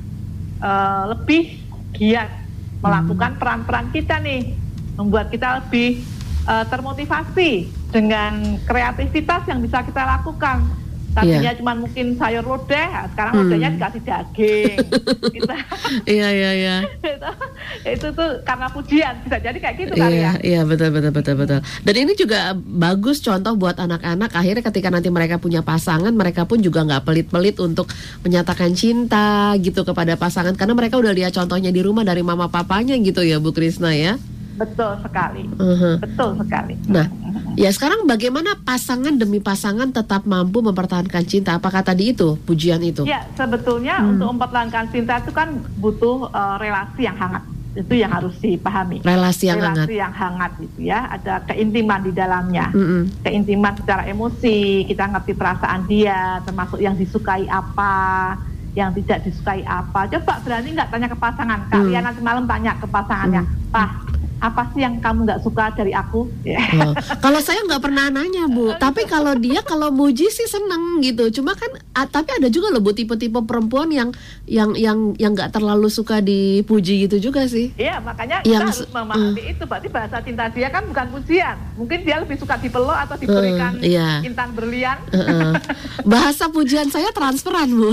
uh, lebih giat melakukan peran-peran kita nih, membuat kita lebih uh, termotivasi dengan kreativitas yang bisa kita lakukan. Tadinya yeah. cuma mungkin sayur lodeh, sekarang hmm. lodehnya dikasih daging. Kita, iya iya iya. itu, itu tuh karena pujian, bisa jadi kayak gitu kali yeah, ya. Iya betul betul betul betul. Dan ini juga bagus contoh buat anak-anak. Akhirnya ketika nanti mereka punya pasangan, mereka pun juga nggak pelit-pelit untuk menyatakan cinta gitu kepada pasangan, karena mereka udah lihat contohnya di rumah dari mama papanya gitu ya Bu Krisna ya. Betul sekali, uh-huh. betul sekali. Nah, ya sekarang bagaimana pasangan demi pasangan tetap mampu mempertahankan cinta? Apakah tadi itu pujian itu? Ya, sebetulnya hmm. untuk mempertahankan cinta itu kan butuh uh, relasi yang hangat. Itu yang harus dipahami. Relasi yang relasi hangat. Relasi yang hangat gitu ya. Ada keintiman di dalamnya. Mm-mm. Keintiman secara emosi. Kita ngerti perasaan dia, termasuk yang disukai apa, yang tidak disukai apa. Coba berani nggak tanya ke pasangan? Kalian mm. nanti malam tanya ke pasangannya, mm. Pak, apa sih yang kamu nggak suka dari aku? Oh. Kalau saya nggak pernah nanya Bu, tapi kalau dia kalau muji sih seneng gitu. Cuma kan, a, tapi ada juga loh Bu tipe-tipe perempuan yang yang yang yang nggak terlalu suka dipuji gitu juga sih. Iya, makanya kita yang, harus memahami uh, itu. Berarti bahasa cinta dia kan bukan pujian. Mungkin dia lebih suka dipeluk atau diberikan uh, iya. intan berlian. Uh, uh. Bahasa pujian saya transferan Bu.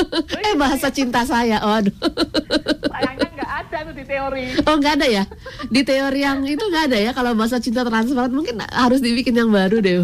eh bahasa cinta saya, waduh. Sayangnya nggak ada tuh di teori. Oh nggak ada ya? Di teori yang itu nggak ada ya, kalau bahasa cinta transferan mungkin harus dibikin yang baru deh.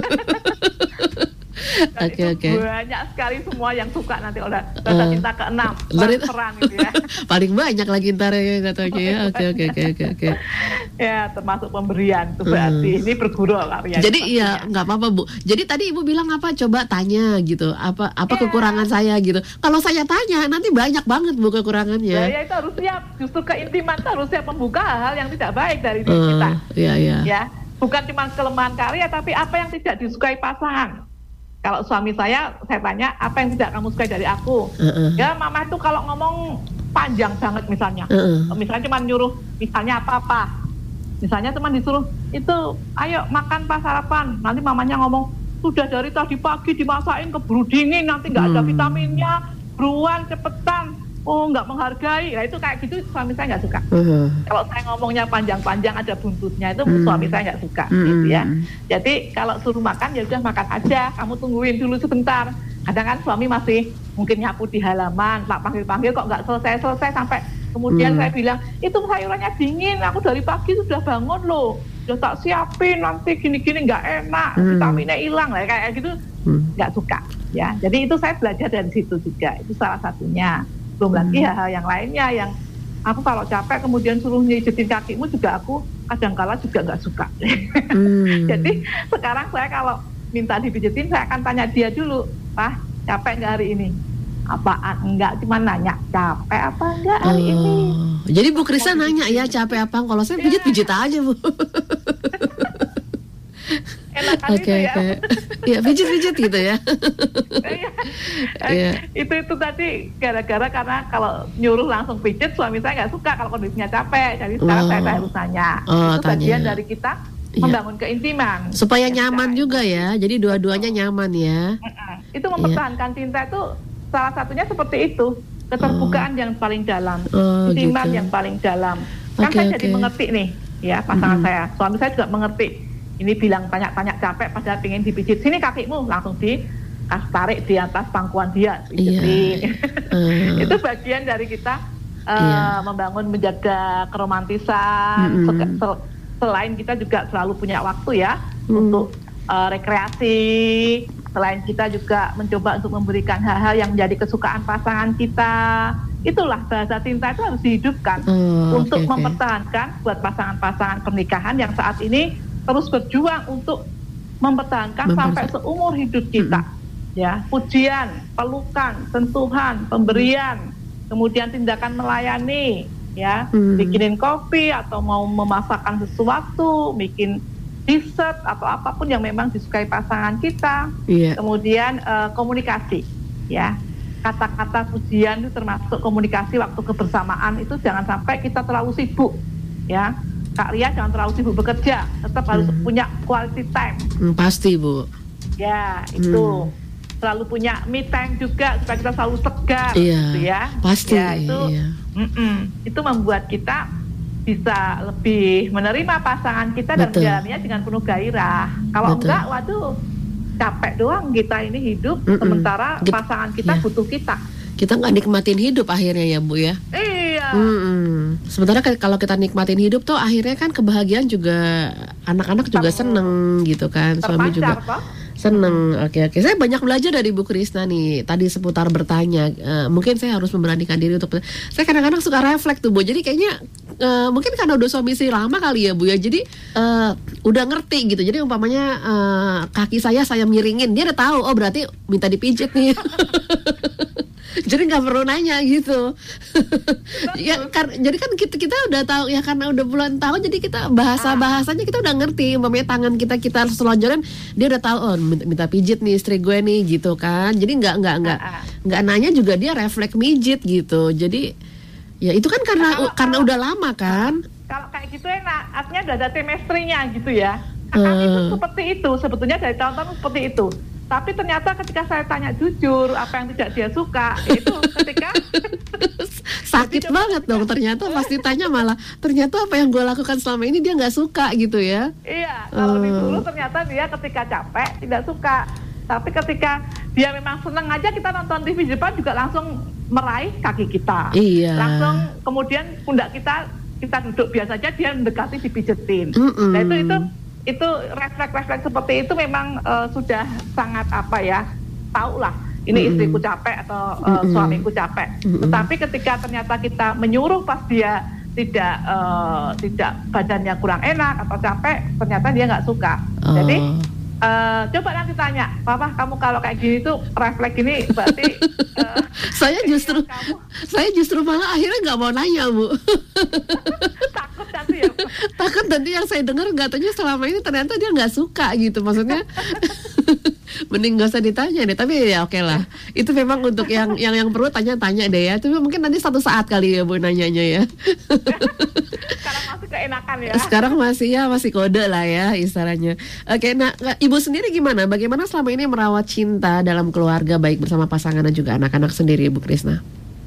Oke oke. Banyak sekali semua yang suka nanti oleh bahasa uh, cinta keenam transferan gitu ya. Paling banyak lagi ntar ya katanya ya. Oke oke oke oke oke. Ya termasuk pemberian tuh berarti uh. ini berguru karya. Jadi iya nggak apa-apa Bu. Jadi tadi Ibu bilang apa? Coba tanya gitu. Apa apa yeah. kekurangan saya gitu. Kalau saya tanya nanti banyak banget Bu kekurangannya. Ya, ya itu harus siap. Justru keintiman itu harus siap membuka hal yang tidak baik dari diri uh, kita. Iya iya. Ya bukan cuma kelemahan karya, tapi apa yang tidak disukai pasangan. Kalau suami saya, saya tanya apa yang tidak kamu sukai dari aku. Uh-uh. Ya mama itu kalau ngomong panjang banget misalnya. Uh-uh. Misalnya cuma nyuruh, misalnya apa-apa. Misalnya cuma disuruh, itu ayo makan pas sarapan. Nanti mamanya ngomong, sudah dari tadi pagi dimasakin keburu dingin, nanti nggak ada Hmm. vitaminnya, buruan cepetan. Oh, nggak menghargai. Nah itu kayak gitu suami saya nggak suka. Uh-huh. Kalau saya ngomongnya panjang-panjang ada buntutnya itu Hmm. suami saya nggak suka, Hmm. gitu ya. Jadi kalau suruh makan ya udah makan aja, kamu tungguin dulu sebentar. Kadang kan suami masih mungkin nyapu di halaman, tak panggil-panggil kok nggak selesai-selesai sampai kemudian Hmm. saya bilang itu sayurannya dingin, aku dari pagi sudah bangun loh, sudah tak siapin, nanti gini-gini nggak enak, Hmm. vitaminnya hilang lah kayak gitu, Hmm. nggak suka. Ya, jadi itu saya belajar dari situ juga, itu salah satunya. Belum lagi hal-hal yang lainnya yang aku kalau capek kemudian suruh nyijetin kakimu juga aku kadang-kala juga nggak suka. Hmm. Jadi sekarang saya kalau minta dipijetin saya akan tanya dia dulu, Pak capek nggak hari ini? Apaan? Enggak, cuma nanya capek apa enggak hari Oh, ini? jadi Bu Krista nanya ya capek apa? Kalau saya pijit-pijit aja Bu. Enakan Oke itu ya. oke. Ya pijit-pijit gitu ya. Iya. Iya. Itu itu tadi gara-gara karena kalau nyuruh langsung pijet suami saya nggak suka kalau kondisinya capek. Jadi sekarang Oh. saya, saya harus tanya. Oh, itu bagian tanya. dari kita Iya. membangun keintiman. Supaya Ya, nyaman kita- juga ya. Jadi dua-duanya nyaman ya. Mm-mm. Itu mempertahankan cinta itu salah satunya seperti itu, keterbukaan yang paling dalam, Oh, intiman gitu. yang paling dalam. Kan Oke, saya jadi oke. mengerti nih, ya pasangan Mm-mm. saya, suami saya juga mengerti. Ini bilang tanya-tanya capek, padahal pengen dipijit, sini kakimu langsung di kas tarik di atas pangkuan dia, pijitin. Eh, Itu bagian dari kita uh, Iya. membangun, menjaga keromantisan. Mm-mm. Sek- sel- selain kita juga selalu punya waktu ya Mm. untuk uh, rekreasi. Selain kita juga mencoba untuk memberikan hal-hal yang menjadi kesukaan pasangan kita. Itulah bahasa cinta itu harus dihidupkan Oh, untuk oke, oke. mempertahankan buat pasangan-pasangan pernikahan yang saat ini terus berjuang untuk mempertahankan Mempertahan- sampai seumur hidup kita. Ya, pujian, pelukan, sentuhan, pemberian, kemudian tindakan melayani, ya, Hmm. bikinin kopi atau mau memasakkan sesuatu, bikin dessert atau apapun yang memang disukai pasangan kita. Iya. Kemudian eh, komunikasi, ya, kata-kata pujian itu termasuk komunikasi waktu kebersamaan itu jangan sampai kita terlalu sibuk, ya. Kak Ria jangan terlalu sibuk bekerja, tetap harus Hmm. punya quality time. Hmm, pasti Bu. Ya, itu. Hmm. Selalu punya me time juga supaya kita selalu segar, Iya, gitu ya. pasti, Ya, itu, iya. mm-mm. itu membuat kita bisa lebih menerima pasangan kita dan Betul. menjalaninya dengan penuh gairah. Kalau Betul. enggak, waduh, capek doang kita ini hidup, Mm-mm. sementara Git- pasangan kita iya. butuh kita. Kita nggak nikmatin hidup akhirnya ya Bu ya. Iya. Mm-mm. Sementara ke- kalau kita nikmatin hidup tuh akhirnya kan kebahagiaan juga anak-anak juga Ter- seneng gitu kan, suami juga Terpancar, toh. seneng. Oke oke, saya banyak belajar dari Bu Krista nih tadi seputar bertanya. Eh, mungkin saya harus memberanikan diri untuk. Saya kadang-kadang suka refleks tuh Bu. Jadi kayaknya eh, mungkin karena udah suami istri lama kali ya Bu ya. Jadi eh, udah ngerti gitu. Jadi umpamanya eh, kaki saya saya miringin, dia udah tahu. Oh berarti minta dipijit nih. Jadi nggak perlu nanya gitu. Ya kan, jadi kan kita kita udah tahu ya karena udah puluhan tahun jadi kita bahasa bahasanya kita udah ngerti. Umpamanya tangan kita kita selonjoran dia udah tahu oh minta, minta pijit nih istri gue nih gitu kan. Jadi nggak nggak nggak Ah, ah. nggak nanya juga dia refleks mijit gitu. Jadi ya itu kan karena Kalau- karena kalau- udah lama kan. Kalau kayak gitu enak, artinya udah ada chemistry-nya gitu ya. Akan Hmm. itu seperti itu, sebetulnya dari tahun-tahun seperti itu. Tapi ternyata ketika saya tanya jujur apa yang tidak dia suka, itu ketika Sakit Jadi, banget dong ternyata pasti tanya malah ternyata apa yang gue lakukan selama ini dia nggak suka gitu ya. iya, kalau Hmm. disuruh ternyata dia ketika capek tidak suka. Tapi ketika dia memang senang aja kita nonton T V di depan juga langsung meraih kaki kita. Iya. Langsung kemudian pundak kita kita duduk biasa aja dia mendekati dipijetin. Mm-mm. Nah itu itu itu refleks-refleks seperti itu memang eh, sudah sangat apa ya, tahu lah ini Mm-mm. istriku capek atau eh, Mm-mm. suamiku capek. Mm-mm. Tetapi ketika ternyata kita menyuruh pas dia tidak eh, tidak badannya kurang enak atau capek, ternyata dia nggak suka. Oh. Jadi eh, coba nanti tanya, Papa kamu kalau kayak gini tuh refleks ini berarti eh, saya justru kamu saya justru malah akhirnya nggak mau nanya Bu. takut nanti ya. Takut nanti yang saya dengar nggak taunya selama ini ternyata dia nggak suka gitu maksudnya. Mending gak usah ditanya deh. Tapi ya oke lah. Itu memang untuk yang yang yang perlu tanya-tanya deh ya. Tapi mungkin nanti satu saat kali ya Bu nanyanya ya. Sekarang masih keenakan ya. Sekarang masih ya masih kode lah ya istilahnya. Oke, nah Ibu sendiri gimana? Bagaimana selama ini merawat cinta dalam keluarga baik bersama pasangan dan juga anak-anak sendiri, Bu Krisna?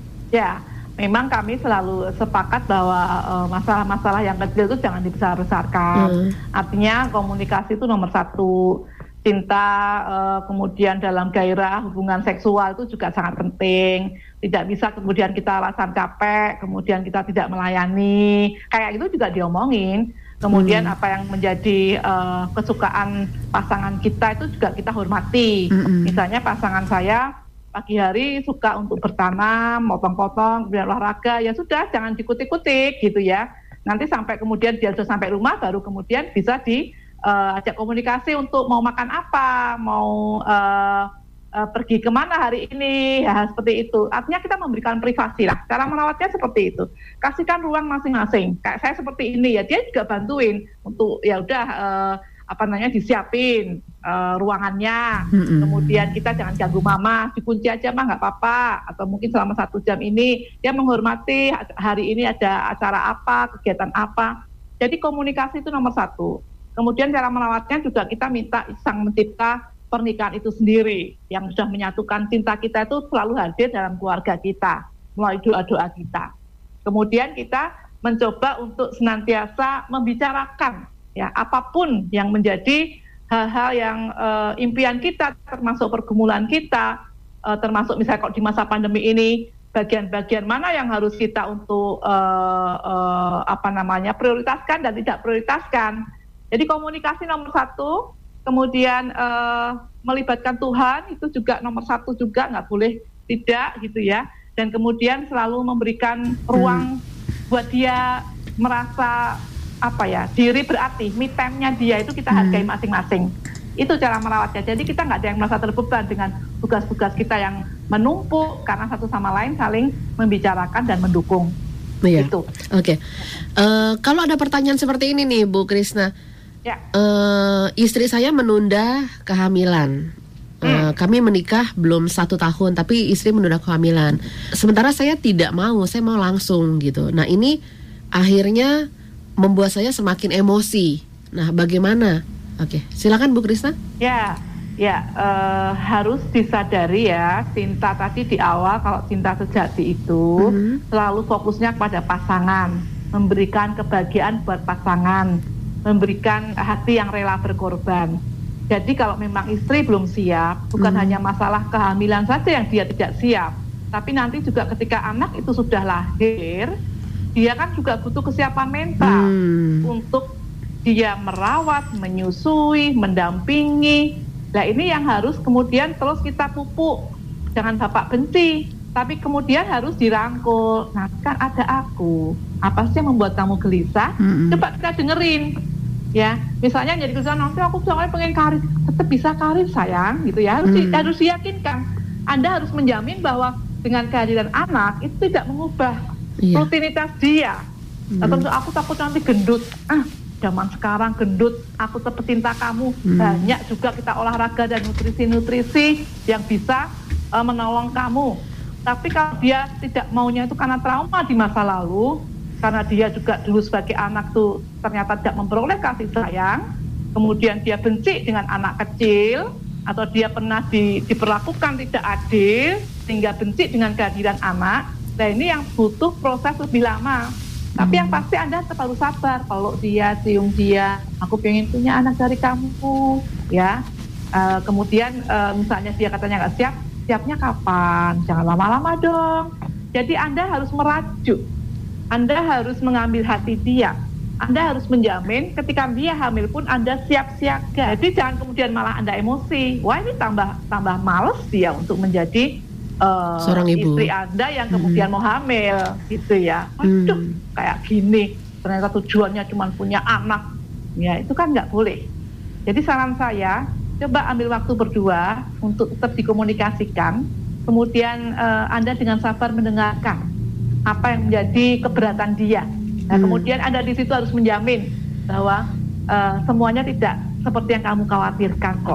Ya. Memang kami selalu sepakat bahwa uh, masalah-masalah yang kecil itu jangan dibesar-besarkan. Hmm. Artinya komunikasi itu nomor satu. Cinta, uh, kemudian dalam gairah hubungan seksual itu juga sangat penting. Tidak bisa kemudian kita alasan capek, kemudian kita tidak melayani. Kayak itu juga diomongin. Kemudian hmm. apa yang menjadi uh, kesukaan pasangan kita itu juga kita hormati. Hmm. Misalnya pasangan saya pagi hari suka untuk bertanam, potong-potong, kemudian olahraga, ya sudah jangan dikutik-kutik gitu ya. Nanti sampai kemudian dia sudah sampai rumah baru kemudian bisa diajak uh, komunikasi untuk mau makan apa, mau uh, uh, pergi kemana hari ini, ya seperti itu. Artinya kita memberikan privasi lah. Cara merawatnya seperti itu. Kasihkan ruang masing-masing. Kayak saya seperti ini ya, dia juga bantuin untuk ya udah uh, apa namanya disiapin uh, ruangannya, mm-hmm. kemudian kita jangan ganggu mama, dikunci aja mah nggak apa-apa, atau mungkin selama satu jam ini dia menghormati hari ini ada acara apa, kegiatan apa. Jadi komunikasi itu nomor satu. Kemudian cara merawatnya juga kita minta Sang Mencipta pernikahan itu sendiri yang sudah menyatukan cinta kita itu selalu hadir dalam keluarga kita melalui doa-doa kita. Kemudian kita mencoba untuk senantiasa membicarakan ya apapun yang menjadi hal-hal yang uh, impian kita, termasuk pergumulan kita, uh, termasuk misalnya kalau di masa pandemi ini bagian-bagian mana yang harus kita untuk uh, uh, apa namanya prioritaskan dan tidak prioritaskan. Jadi komunikasi nomor satu, kemudian uh, melibatkan Tuhan itu juga nomor satu juga, nggak boleh tidak gitu ya. Dan kemudian selalu memberikan ruang hmm. buat dia merasa apa ya, diri berarti, me time-nya dia itu kita hargai hmm. masing-masing. Itu cara merawatnya. Jadi kita nggak ada yang merasa terbeban dengan tugas-tugas kita yang menumpuk, karena satu sama lain saling membicarakan dan mendukung. Iya. Itu. Oke. Okay. Uh, kalau ada pertanyaan seperti ini nih, Bu Krisna. Ya. Uh, istri saya menunda kehamilan. Uh, hmm. Kami menikah belum satu tahun, tapi istri menunda kehamilan. Sementara saya tidak mau, saya mau langsung gitu. Nah ini akhirnya membuat saya semakin emosi. Nah, bagaimana? Oke, silakan Bu Krisna. Ya, ya uh, harus disadari ya, cinta tadi di awal kalau cinta sejati itu mm-hmm. selalu fokusnya kepada pasangan, memberikan kebahagiaan buat pasangan, memberikan hati yang rela berkorban. Jadi kalau memang istri belum siap, bukan mm-hmm. hanya masalah kehamilan saja yang dia tidak siap, tapi nanti juga ketika anak itu sudah lahir, dia kan juga butuh kesiapan mental hmm. untuk dia merawat, menyusui, mendampingi. Nah ini yang harus kemudian terus kita pupuk. Jangan bapak benci, tapi kemudian harus dirangkul. Nah kan ada aku, apa sih yang membuat kamu gelisah? Hmm. Coba kita dengerin. Ya, misalnya jadi gelisah, nanti aku soalnya pengen karir, tetap bisa karir sayang, gitu ya. Harus, hmm. di, harus diyakinkan. Anda harus menjamin bahwa dengan kehadiran anak itu tidak mengubah Iya. rutinitas dia. Hmm. Atau aku takut nanti gendut. Ah, zaman sekarang gendut, aku tetap cinta kamu. Hmm. Banyak juga kita olahraga dan nutrisi-nutrisi yang bisa uh, menolong kamu. Tapi kalau dia tidak maunya itu karena trauma di masa lalu, karena dia juga dulu sebagai anak tuh ternyata tidak memperoleh kasih sayang, kemudian dia benci dengan anak kecil, atau dia pernah di, diperlakukan tidak adil, sehingga benci dengan kehadiran anak. Nah ini yang butuh proses lebih lama. Tapi hmm. yang pasti Anda tetap harus sabar. Kalau dia, cium dia, aku pengen punya anak dari kamu, ya. Uh, kemudian uh, misalnya dia katanya nggak siap, siapnya kapan? Jangan lama-lama dong. Jadi Anda harus merajuk. Anda harus mengambil hati dia. Anda harus menjamin ketika dia hamil pun Anda siap siaga. Jadi jangan kemudian malah Anda emosi. Wah ini tambah tambah males dia untuk menjadi Uh, seorang ibu, istri Anda yang kemudian hmm. mau hamil gitu ya. Aduh hmm. kayak gini ternyata tujuannya cuma punya anak, ya itu kan nggak boleh. Jadi saran saya, coba ambil waktu berdua untuk tetap dikomunikasikan, kemudian uh, Anda dengan sabar mendengarkan apa yang menjadi keberatan dia. Nah hmm. kemudian Anda di situ harus menjamin bahwa uh, semuanya tidak seperti yang kamu khawatirkan kok.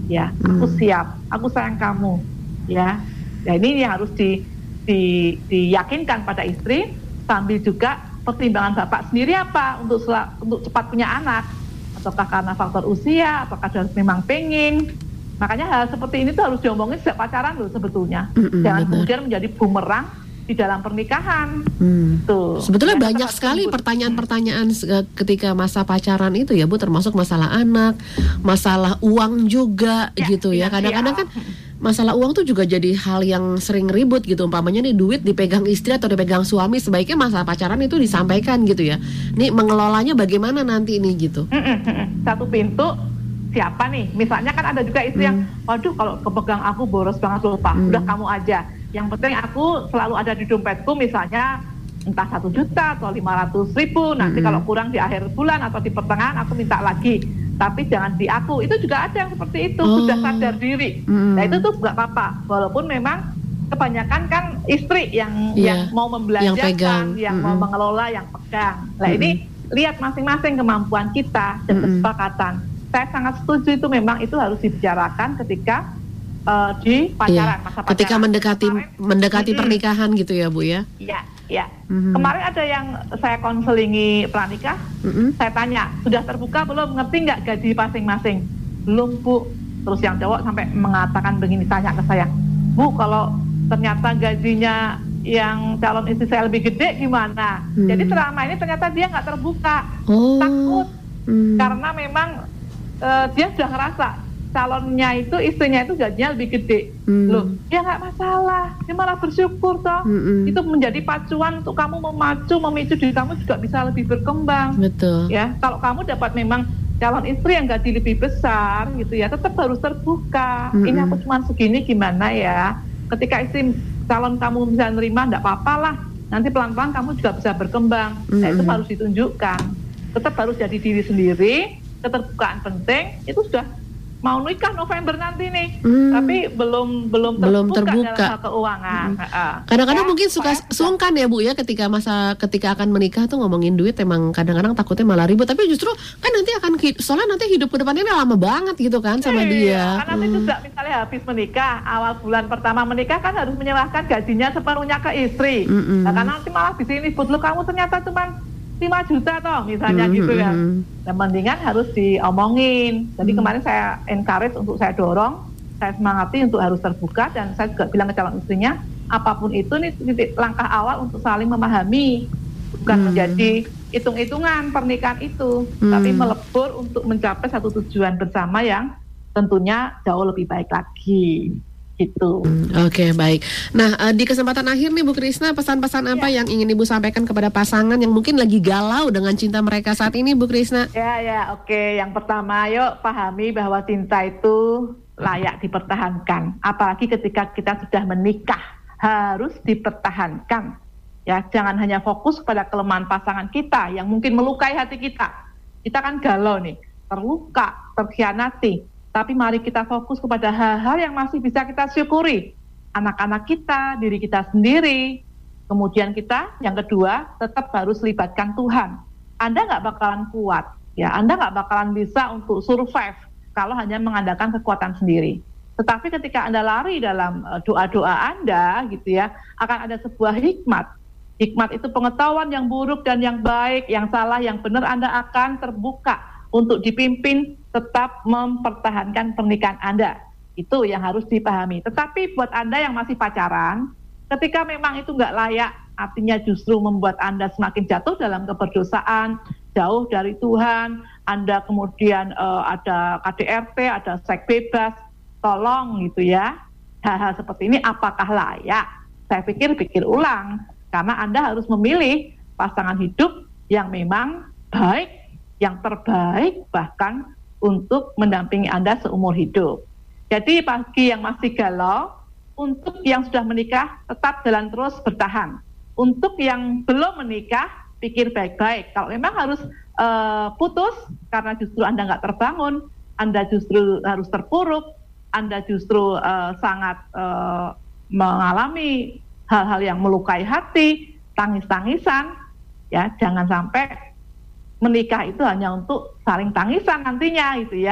ya, aku siap, aku sayang kamu, ya. Nah ini yang harus di, di, diyakinkan pada istri, sambil juga pertimbangan bapak sendiri apa untuk sel- untuk cepat punya anak, ataukah karena faktor usia, ataukah dia memang pengen. Makanya hal seperti ini tuh harus diomongin sejak pacaran loh sebetulnya, mm-hmm, jangan benar. Kemudian menjadi bumerang di dalam pernikahan. Hmm. Tuh. Sebetulnya ya, banyak sekali pertanyaan-pertanyaan ketika masa pacaran itu ya Bu, termasuk masalah anak, masalah uang juga ya, gitu ya. Kadang-kadang ya. Kan masalah uang tuh juga jadi hal yang sering ribut gitu. Umpamanya nih duit dipegang istri atau dipegang suami, sebaiknya masa pacaran itu disampaikan gitu ya. Nih mengelolanya bagaimana nanti ini gitu. Satu pintu siapa nih? Misalnya kan ada juga istri hmm. yang, waduh kalau kepegang aku boros banget loh Pak, hmm. udah kamu aja. Yang penting aku selalu ada di dompetku, misalnya entah satu juta atau lima ratus ribu. Nanti mm-hmm. kalau kurang di akhir bulan atau di pertengahan aku minta lagi. Tapi jangan di aku. Itu juga ada yang seperti itu, oh. sudah sadar diri. Mm-hmm. Nah itu tuh nggak apa-apa. Walaupun memang kebanyakan kan istri yang yeah. yang mau membelanjakan, yang, pegang. yang mm-hmm. mau mengelola, yang pegang. Nah mm-hmm. ini lihat masing-masing kemampuan kita dan mm-hmm. kesepakatan. Saya sangat setuju itu memang itu harus dibicarakan ketika Uh, di pacaran, iya. masa pacaran. Ketika mendekati Kemarin, mendekati mm-hmm. pernikahan gitu ya Bu ya? Iya, iya. Mm-hmm. Kemarin ada yang saya konselingi pranikah, mm-hmm. saya tanya, sudah terbuka belum, ngerti nggak gaji masing-masing? Belum Bu. Terus yang cowok sampai mengatakan begini, tanya ke saya, Bu kalau ternyata gajinya yang calon istri saya lebih gede gimana? Mm-hmm. Jadi selama ini ternyata dia nggak terbuka, oh. takut, mm-hmm. karena memang uh, dia sudah ngerasa calonnya itu, istrinya itu gajinya lebih gede. Hmm. Loh, ya nggak masalah, dia malah bersyukur toh. Hmm-hmm. Itu menjadi pacuan untuk kamu memacu, memicu diri kamu juga bisa lebih berkembang. Betul. Ya, kalau kamu dapat memang calon istri yang gaji lebih besar gitu ya, tetap harus terbuka. Hmm-hmm. Ini aku cuma segini gimana ya? Ketika istri calon kamu bisa nerima, nggak apa-apa lah. Nanti pelan-pelan kamu juga bisa berkembang. Hmm. Nah, itu harus ditunjukkan. Tetap harus jadi diri sendiri. Keterbukaan penting. Itu sudah mau nikah November nanti nih, hmm. tapi belum belum terbuka, belum terbuka. dalam hal keuangan. Hmm. Uh, Kadang-kadang ya, mungkin suka sungkan ya Bu ya ketika masa ketika akan menikah tuh ngomongin duit, emang kadang-kadang takutnya malah ribut. Tapi justru kan nanti akan soalnya nanti hidup ke depannya lama banget gitu kan sama iya, dia. Kan nanti hmm. juga misalnya habis menikah, awal bulan pertama menikah kan harus menyerahkan gajinya sepenuhnya ke istri. Hmm. Nah, karena nanti malah di sini ribut, lo kamu ternyata cuma lima juta toh misalnya mm-hmm. gitu ya. Dan mendingan harus diomongin. Jadi mm-hmm. kemarin saya encourage untuk saya dorong, saya semangati untuk harus terbuka, dan saya juga bilang ke calon istrinya, apapun itu nih titik langkah awal untuk saling memahami, bukan mm-hmm. menjadi hitung-hitungan pernikahan itu, mm-hmm. tapi melebur untuk mencapai satu tujuan bersama yang tentunya jauh lebih baik lagi. Gitu. Hmm, Oke okay, baik. Nah uh, di kesempatan akhir nih Bu Krisna, pesan-pesan apa ya. yang ingin Ibu sampaikan kepada pasangan yang mungkin lagi galau dengan cinta mereka saat ini Bu Krisna? Ya ya oke. Okay. Yang pertama, yuk pahami bahwa cinta itu layak dipertahankan. Apalagi ketika kita sudah menikah, harus dipertahankan. Ya, jangan hanya fokus pada kelemahan pasangan kita yang mungkin melukai hati kita. Kita kan galau nih, terluka, terkhianati. Tapi mari kita fokus kepada hal-hal yang masih bisa kita syukuri. Anak-anak kita, diri kita sendiri. Kemudian kita, yang kedua, tetap harus libatkan Tuhan. Anda nggak bakalan kuat, ya. Anda nggak bakalan bisa untuk survive kalau hanya mengandalkan kekuatan sendiri. Tetapi ketika Anda lari dalam doa-doa Anda, gitu ya, akan ada sebuah hikmat. Hikmat itu pengetahuan yang buruk dan yang baik, yang salah, yang benar, Anda akan terbuka untuk dipimpin tetap mempertahankan pernikahan Anda. Itu yang harus dipahami. Tetapi buat Anda yang masih pacaran, ketika memang itu nggak layak, artinya justru membuat Anda semakin jatuh dalam keberdosaan, jauh dari Tuhan, Anda kemudian uh, ada K D R T, ada seks bebas, tolong gitu ya. Hal-hal seperti ini apakah layak? Saya pikir pikir ulang, karena Anda harus memilih pasangan hidup yang memang baik, yang terbaik bahkan untuk mendampingi Anda seumur hidup. Jadi bagi yang masih galau, untuk yang sudah menikah tetap jalan terus bertahan. Untuk yang belum menikah, pikir baik-baik. Kalau memang harus uh, putus karena justru Anda nggak terbangun, Anda justru harus terpuruk, Anda justru uh, sangat uh, mengalami hal-hal yang melukai hati, tangis-tangisan, ya jangan sampai menikah itu hanya untuk saling tangisan nantinya gitu ya.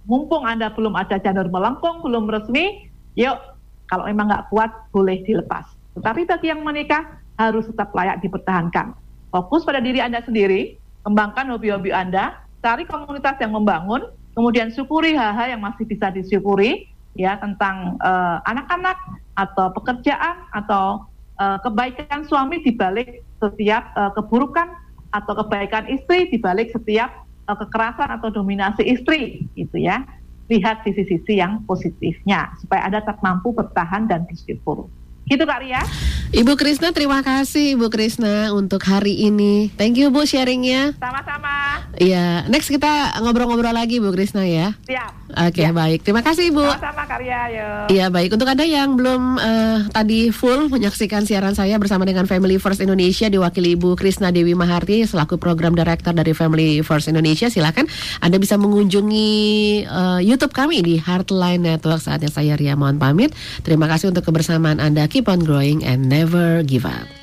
mumpung Anda belum ada janur melengkung, belum resmi, yuk kalau memang nggak kuat boleh dilepas. Tetapi bagi yang menikah harus tetap layak dipertahankan. Fokus pada diri Anda sendiri, kembangkan hobi-hobi Anda, cari komunitas yang membangun, kemudian syukuri hal-hal yang masih bisa disyukuri, ya, tentang uh, anak-anak atau pekerjaan atau uh, kebaikan suami di balik setiap uh, keburukan atau kebaikan istri di balik setiap uh, kekerasan atau dominasi istri, gitu ya. Lihat sisi-sisi yang positifnya supaya Anda tetap mampu bertahan dan bersyukur. Gitu Kak Ria. Ibu Krisna, terima kasih Ibu Krisna untuk hari ini. Thank you Bu sharingnya. Sama-sama. Iya, next kita ngobrol-ngobrol lagi Bu Krisna ya. Siap. Oke, okay, baik. Terima kasih Ibu. Sama-sama Kak Ria, yuk. Iya, baik. Untuk Anda yang belum uh, tadi full menyaksikan siaran saya bersama dengan Family First Indonesia diwakili Ibu Krisna Dewi Maharti selaku Program Director dari Family First Indonesia, silakan Anda bisa mengunjungi uh, YouTube kami di Heartline Network. Saatnya saya Ria mohon pamit. Terima kasih untuk kebersamaan Anda. Keep on growing and never give up.